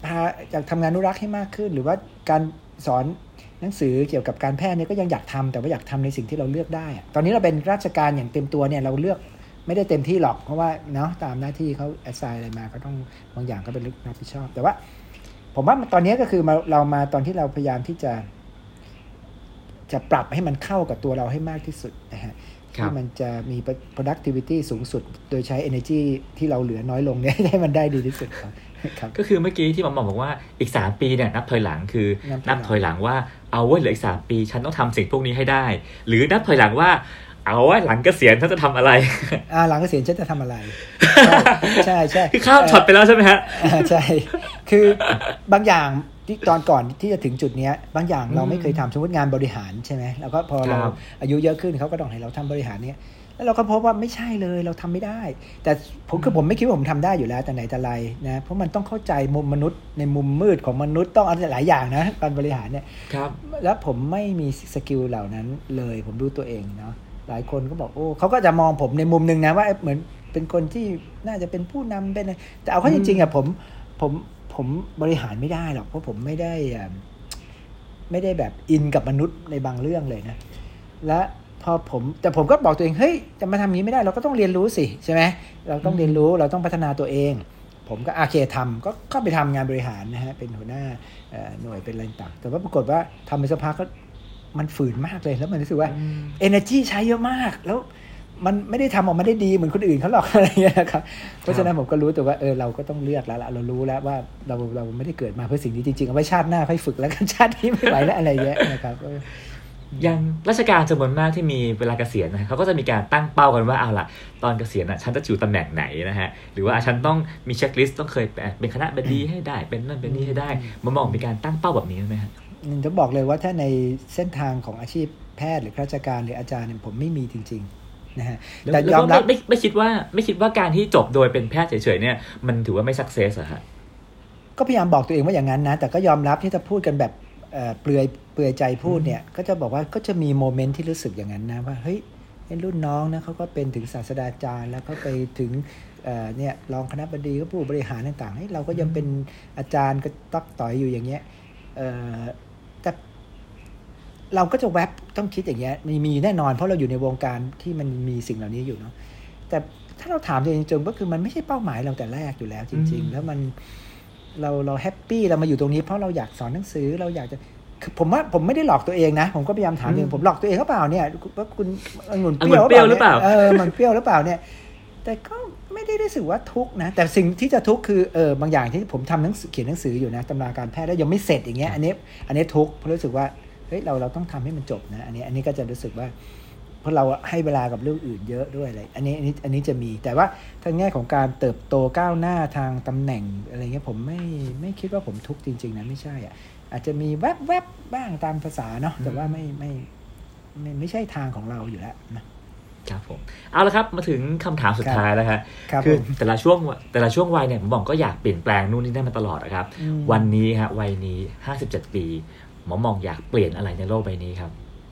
อยากทำงานอนุรักษ์ให้มากขึ้นหรือว่าการสอนหนังสือเกี่ยวกับการแพทย์เนี่ยก็ยังอยากทำแต่ว่าอยากทำในสิ่งที่เราเลือกได้ตอนนี้เราเป็นราชการอย่างเต็มตัวเนี่ยเราเลือกไม่ได้เต็มที่หรอกเพราะว่าเนาะตามหน้าที่เขาแอสไซน์อะไรมาก็ต้องบางอย่างก็เป็นรับผิดชอบแต่ว่าผมว่าตอนนี้ก็คือเรามาตอนที่เราพยายามที่จะปรับให้มันเข้ากับตัวเราให้มากที่สุดนะฮะที่มันจะมี productivity สูงสุดโดยใช้ energy ที่เราเหลือน้อยลงเนี่ยให้มันได้ดีที่สุดครับก็คือเมื่อกี้ที่หมอบอกว่าอีก3ปีเนี่ยนับถอยหลังคือนับถอยหลังว่าเอาไว้เหลืออีก3ปีฉันต้องทำสิ่งพวกนี้ให้ได้หรือนับถอยหลังว่าเอาไว้หลังเกษียณฉันจะทำอะไรหลังเกษียณฉันจะทำอะไรใช่ใช่คือข้ามช็อตไปแล้วใช่ไหมฮะใช่คือบางอย่างที่ตอนก่อนที่จะถึงจุดนี้บางอย่างเราไม่เคยทำสมมติงานบริหารใช่ไหมแล้วก็พอเราอายุเยอะขึ้นเขาก็ต้องให้เราทำบริหารเนี้ยแล้วเราก็พบว่าไม่ใช่เลยเราทำไม่ได้แต่ผมไม่คิดว่าผมทำได้อยู่แล้วแต่ไหนแต่ไรนะเพราะมันต้องเข้าใจมุมมนุษย์ในมุมมืดของมนุษย์ต้องอะไรหลายอย่างนะการบริหารเนี่ยแล้วผมไม่มีสกิลเหล่านั้นเลยผมรู้ตัวเองเนาะหลายคนก็บอกโอ้เขาก็จะมองผมในมุมนึงนะว่าเหมือนเป็นคนที่น่าจะเป็นผู้นำเป็นแต่เอาเข้าจริงๆอ่ะผมบริหารไม่ได้หรอกเพราะผมไม่ได้แบบอินกับมนุษย์ในบางเรื่องเลยนะและพอแต่ผมก็บอกตัวเองเฮ้ยจะมาทำนี้ไม่ได้เราก็ต้องเรียนรู้สิใช่ไหมเราต้องเรียนรู้เราต้องพัฒนาตัวเองผมก็โอเคทำก็เข้าไปทำงานบริหารนะฮะเป็นหัวหน้าหน่วยเป็นอะไรต่างแต่ว่าปรากฏว่าทำไปสักพักก็มันฝืนมากเลยแล้วมันรู้สึกว่า energy ใช้เยอะมากแล้วมันไม่ได้ทำออกมาได้ดีเหมือนคนอื่นเขาหรอกอะไรเงี้ยนะครับเพราะฉะนั้นผมก็รู้แต่ว่าเราก็ต้องเลือกแล้วเรารู้แล้วว่าเราไม่ได้เกิดมาเพื่อสิ่งนี้จริงๆเอาไว้ชาติหน้าค่อยฝึกแล้วกันชาตินี้ไม่ไหวแล้วอะไรเงี้ยนะครับอย่างราชการจำนวนมากที่มีเวลาเกษียณนะเขาก็จะมีการตั้งเป้ากันว่าเอาล่ะตอนเกษียณฉันจะอยู่ตำแหน่งไหนนะฮะหรือว่าฉันต้องมีเช็คลิสต์ต้องเคยเป็นคณะบดีให้ได้เป็นนั่นเป็นนี่ให้ได้มองมีการตั้งเป้าแบบนี้ไหมฮะจะบอกเลยว่าถ้าในเส้นทางของอาชีพแพทย์หรือข้าราชการหรืออาจารย์เนี่ยผมไม่มีจริงๆนะฮะแต่ยอมรับไม่คิดว่าการที่จบโดยเป็นแพทย์เฉยๆเนี่ยมันถือว่าไม่สักเซสอะฮะก็พยายามบอกตัวเองว่าอย่างนั้นนะแต่ก็ยอมรับที่จะพูดกันแบบเปลือยใจพูดเนี่ยก็จะบอกว่าก็จะมีโมเมนต์ที่รู้สึกอย่างนั้นนะว่าเฮ้ยรุ่นน้องนะเขาก็เป็นถึงศาสตราจารย์แล้วก็ไปถึงเนี่ยรองคณบดีก็ผู้บริหารต่างๆเราก็ยังเป็นอาจารย์ก็ตักต่อยอยู่อย่างเงี้ยแต่เราก็จะแวบต้องคิดอย่างเงี้ยมีแน่นอนเพราะเราอยู่ในวงการที่มันมีสิ่งเหล่านี้อยู่เนาะแต่ถ้าเราถามตัวเองจริงๆก็คือมันไม่ใช่เป้าหมายเราแต่แรกอยู่แล้วจริงๆแล้วมันเราแฮปปี้เรามาอยู่ตรงนี้เพราะเราอยากสอนหนังสือเราอยากจะผมว่าผมไม่ได้หลอกตัวเองนะผมก็พยายามถามตัวเองผมหลอกตัวเองหรือเปล่าเนี่ยว่าคุณองุ่นเปรี้ยวหรือเปล่ามันเปรี้ยวหรือเปล่าเนี่ยแต่ก็ไม่ได้รู้สึกว่าทุกข์นะแต่สิ่งที่จะทุกข์คือบางอย่างที่ผมทำหนังสือเขียนหนังสืออยู่นะตำราการแพทย์แล้วยังไม่เสร็จอย่างเงี้ยอันนี้ทุกข์เพราะรู้สึกว่าเฮ้ยเราต้องทำให้มันจบนะอันนี้ก็จะรู้สึกว่าเพราะเราให้เวลากับเรื่องอื่นเยอะด้วยอะไรอันนี้จะมีแต่ว่าทางแง่ของการเติบโตก้าวหน้าทางตำแหน่งอะไรเงี้ยผมไม่คิดว่าผมทุกข์จริงๆนะไม่ใช่อ่ะอาจจะมีแวบๆบ้างตามภาษาเนาะแต่ว่าไม่ใช่ทางของเราอยู่แล้วนะครับผมเอาละครับมาถึงคำถามสุดท้ายแล้วครับคือแต่ละช่วงวัยเนี่ยผมบอกก็อยากเปลี่ยนแปลงนู่นนี่นั่นมาตลอดนะครับวันนี้ฮะวัยนี้57ปีหมอมองอยากเปลี่ยนอะไรในโลกใบนี้ครับ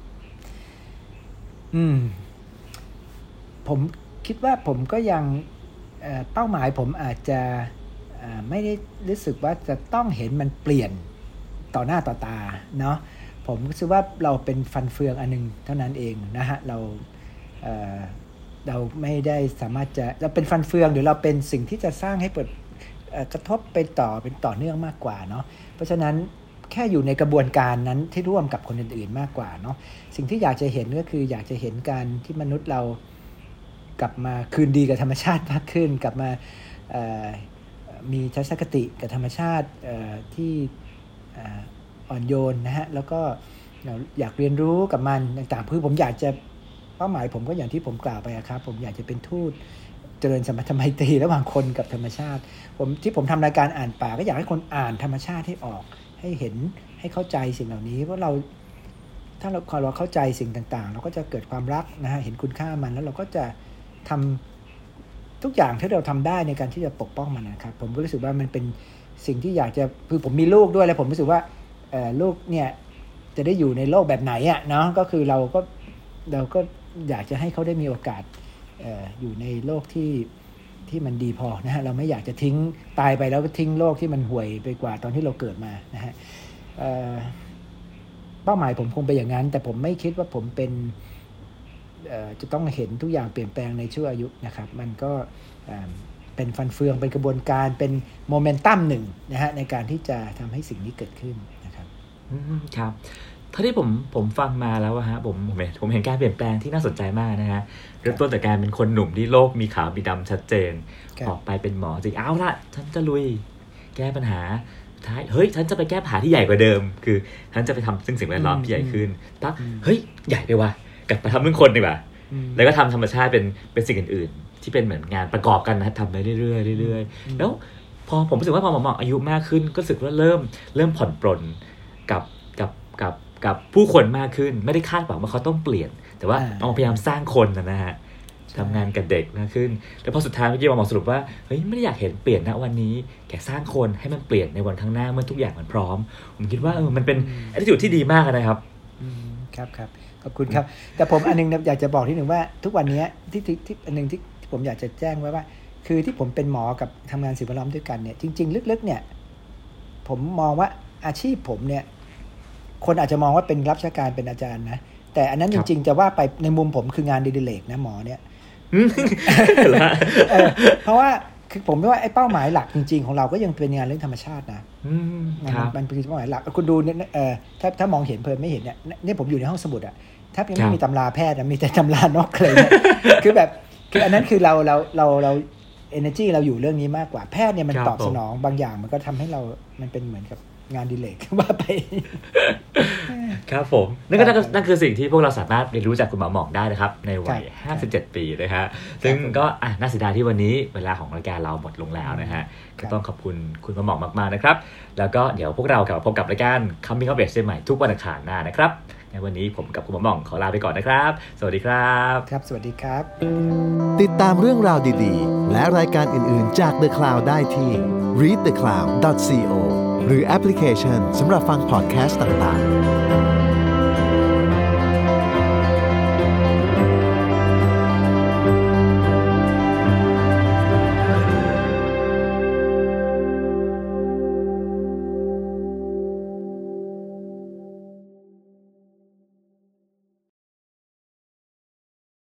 ผมคิดว่าผมก็ยังเป้าหมายผมอาจจะไม่ได้รู้สึกว่าจะต้องเห็นมันเปลี่ยนต่อหน้าต่อตาเนาะผมรู้สึกว่าเราเป็นฟันเฟืองอันนึงเท่านั้นเองนะฮะเราไม่ได้สามารถจะเราเป็นฟันเฟืองหรือเราเป็นสิ่งที่จะสร้างให้เปิดกระทบเป็นต่อเนื่องมากกว่าเนาะเพราะฉะนั้นแค่อยู่ในกระบวนการนั้นที่ร่วมกับคนอื่นๆมากกว่าเนาะสิ่งที่อยากจะเห็นก็คืออยากจะเห็นการที่มนุษย์เรากลับมาคืนดีกับธรรมชาติมากขึ้นกลับมามีทัศนคติกับธรรมชาติที่อ่อนโยนนะฮะแล้วก็อยากเรียนรู้กับมันต่างๆเพื่อผมอยากจะเป้าหมายผมก็อย่างที่ผมกล่าวไปครับผมอยากจะเป็นทูตเจริญสัมพันธไมตรีระหว่างคนกับธรรมชาติผมทำรายการอ่านป่าก็อยากให้คนอ่านธรรมชาติให้ออกให้เห็นให้เข้าใจสิ่งเหล่านี้เพราะถ้าเราเข้าใจสิ่งต่างๆเราก็จะเกิดความรักนะฮะเห็นคุณค่ามันแล้วเราก็จะทำทุกอย่างที่เราทำได้ในการที่จะปกป้องมันนะครับผมก็รู้สึกว่ามันเป็นสิ่งที่อยากจะคือผมมีลูกด้วยแล้วผมรู้สึกว่าลูกเนี่ยจะได้อยู่ในโลกแบบไหนอ่ะเนาะก็คือเราก็อยากจะให้เขาได้มีโอกาสอยู่ในโลกที่ที่มันดีพอนะฮะเราไม่อยากจะทิ้งตายไปแล้วก็ทิ้งโลกที่มันห่วยไปกว่าตอนที่เราเกิดมานะฮะเป้าหมายผมคงเป็นอย่างนั้นแต่ผมไม่คิดว่าผมเป็นจะต้องเห็นทุกอย่างเปลี่ยนแปลงในช่วงอายุนะครับมันก็เป็นฟันเฟืองเป็นกระบวนการเป็นโมเมนตัมหนึ่งนะฮะในการที่จะทำให้สิ่งนี้เกิดขึ้นนะครับครับเท่าที่ผมฟังมาแล้วฮะผมเห็นการเปลี่ยนแปลงที่น่าสนใจมากนะฮะเริ่มต้นจากการเป็นคนหนุ่มที่โลกมีขาวมีดำชัดเจนออกไปเป็นหมอจริงเอาละฉันจะลุยแก้ปัญหาท้ายเฮ้ยฉันจะไปแก้ปัญหาที่ใหญ่กว่าเดิมคือฉันจะไปทำสิ่งแวดล้อมที่ใหญ่ขึ้นปั๊บเฮ้ยใหญ่ไปว่ะกลับมาทำเรื่องคนดีกว่าแล้วก็ทำธรรมชาติเป็นสิ่งอื่นๆที่เป็นเหมือนงานประกอบกันนะทำไปเรื่อยๆแล้วพอผมรู้สึกว่าพอหมออายุมากขึ้นก็รู้สึกว่าเริ่มผ่อนปรนกับผู้คนมากขึ้นไม่ได้คาดหวังว่าเขาต้องเปลี่ยนแต่ว่าพยายามสร้างคนนะฮะทำงานกับเด็กมากขึ้นแล้วพอสุดท้ายเมื่อกี้หมอสรุปว่าเฮ้ยไม่ได้อยากเห็นเปลี่ยนนะวันนี้แค่สร้างคนให้มันเปลี่ยนในวันข้างหน้าเมื่อทุกอย่างมันพร้อมผมคิดว่ามันเป็นattitudeที่ดีมากนะครับครับขอบคุณครับแต่ผมอันนึงอยากจะบอกที่หนึ่งว่าทุกวันนี้ที่อันนึงที่ผมอยากจะแจ้งไว้ว่าคือที่ผมเป็นหมอกับทำงานสิ่งแวดล้อมด้วยกันเนี่ยจริงๆลึกๆเนี่ยผมมองว่าอาชีพผมเนี่ยคนอาจจะมองว่าเป็นรับราชการเป็นอาจารย์นะแต่อันนั้นจริงๆจะว่าไปในมุมผมคืองานดิเลกนะหมอเนี่ยเพราะว่าคือผมว่าไอ้เป้าหมายหลักจริงๆของเราก็ยังเป็นงานเรื่องธรรมชาตินะมันเป็นเป้าหมายหลักคุณดูเนี่ยถ้ามองเห็นเพลินไม่เห็นเนี่ยผมอยู่ในห้องสมุดอะถ้ายังไม่มีตำราแพทย์มีแต่ตำรานอกเลยคือแบบคืออันนั้นคือเราenergy เราอยู่เรื่องนี้มากกว่าแพทย์เนี่ยมันตอบสนองบางอย่างมันก็ทำให้เรามันเป็นเหมือนกับงานดิเลกว่าไปครับผมนั่นคือสิ่งที่พวกเราสามารถเรียนรู้จากคุณหมอหมองได้นะครับในวัย57 ปีนะฮะซึ่งก็น่าเสียดายที่วันนี้เวลาของรายการเราหมดลงแล้วนะฮะก็ต้องขอบคุณคุณหมอหมองมากๆนะครับแล้วก็เดี๋ยวพวกเรากลับมาพบกับรายการ Coming of Age ได้ใหม่ทุกวันอังคารหน้านะครับในวันนี้ผมกับคุณหมอหมองขอลาไปก่อนนะครับสวัสดีครับครับสวัสดีครับติดตามเรื่องราวดีๆและรายการอื่นๆจาก The Cloud ได้ที่ readthecloud.co หรือแอปพลิเคชันสำหรับฟังพอดแคสต์ต่างๆ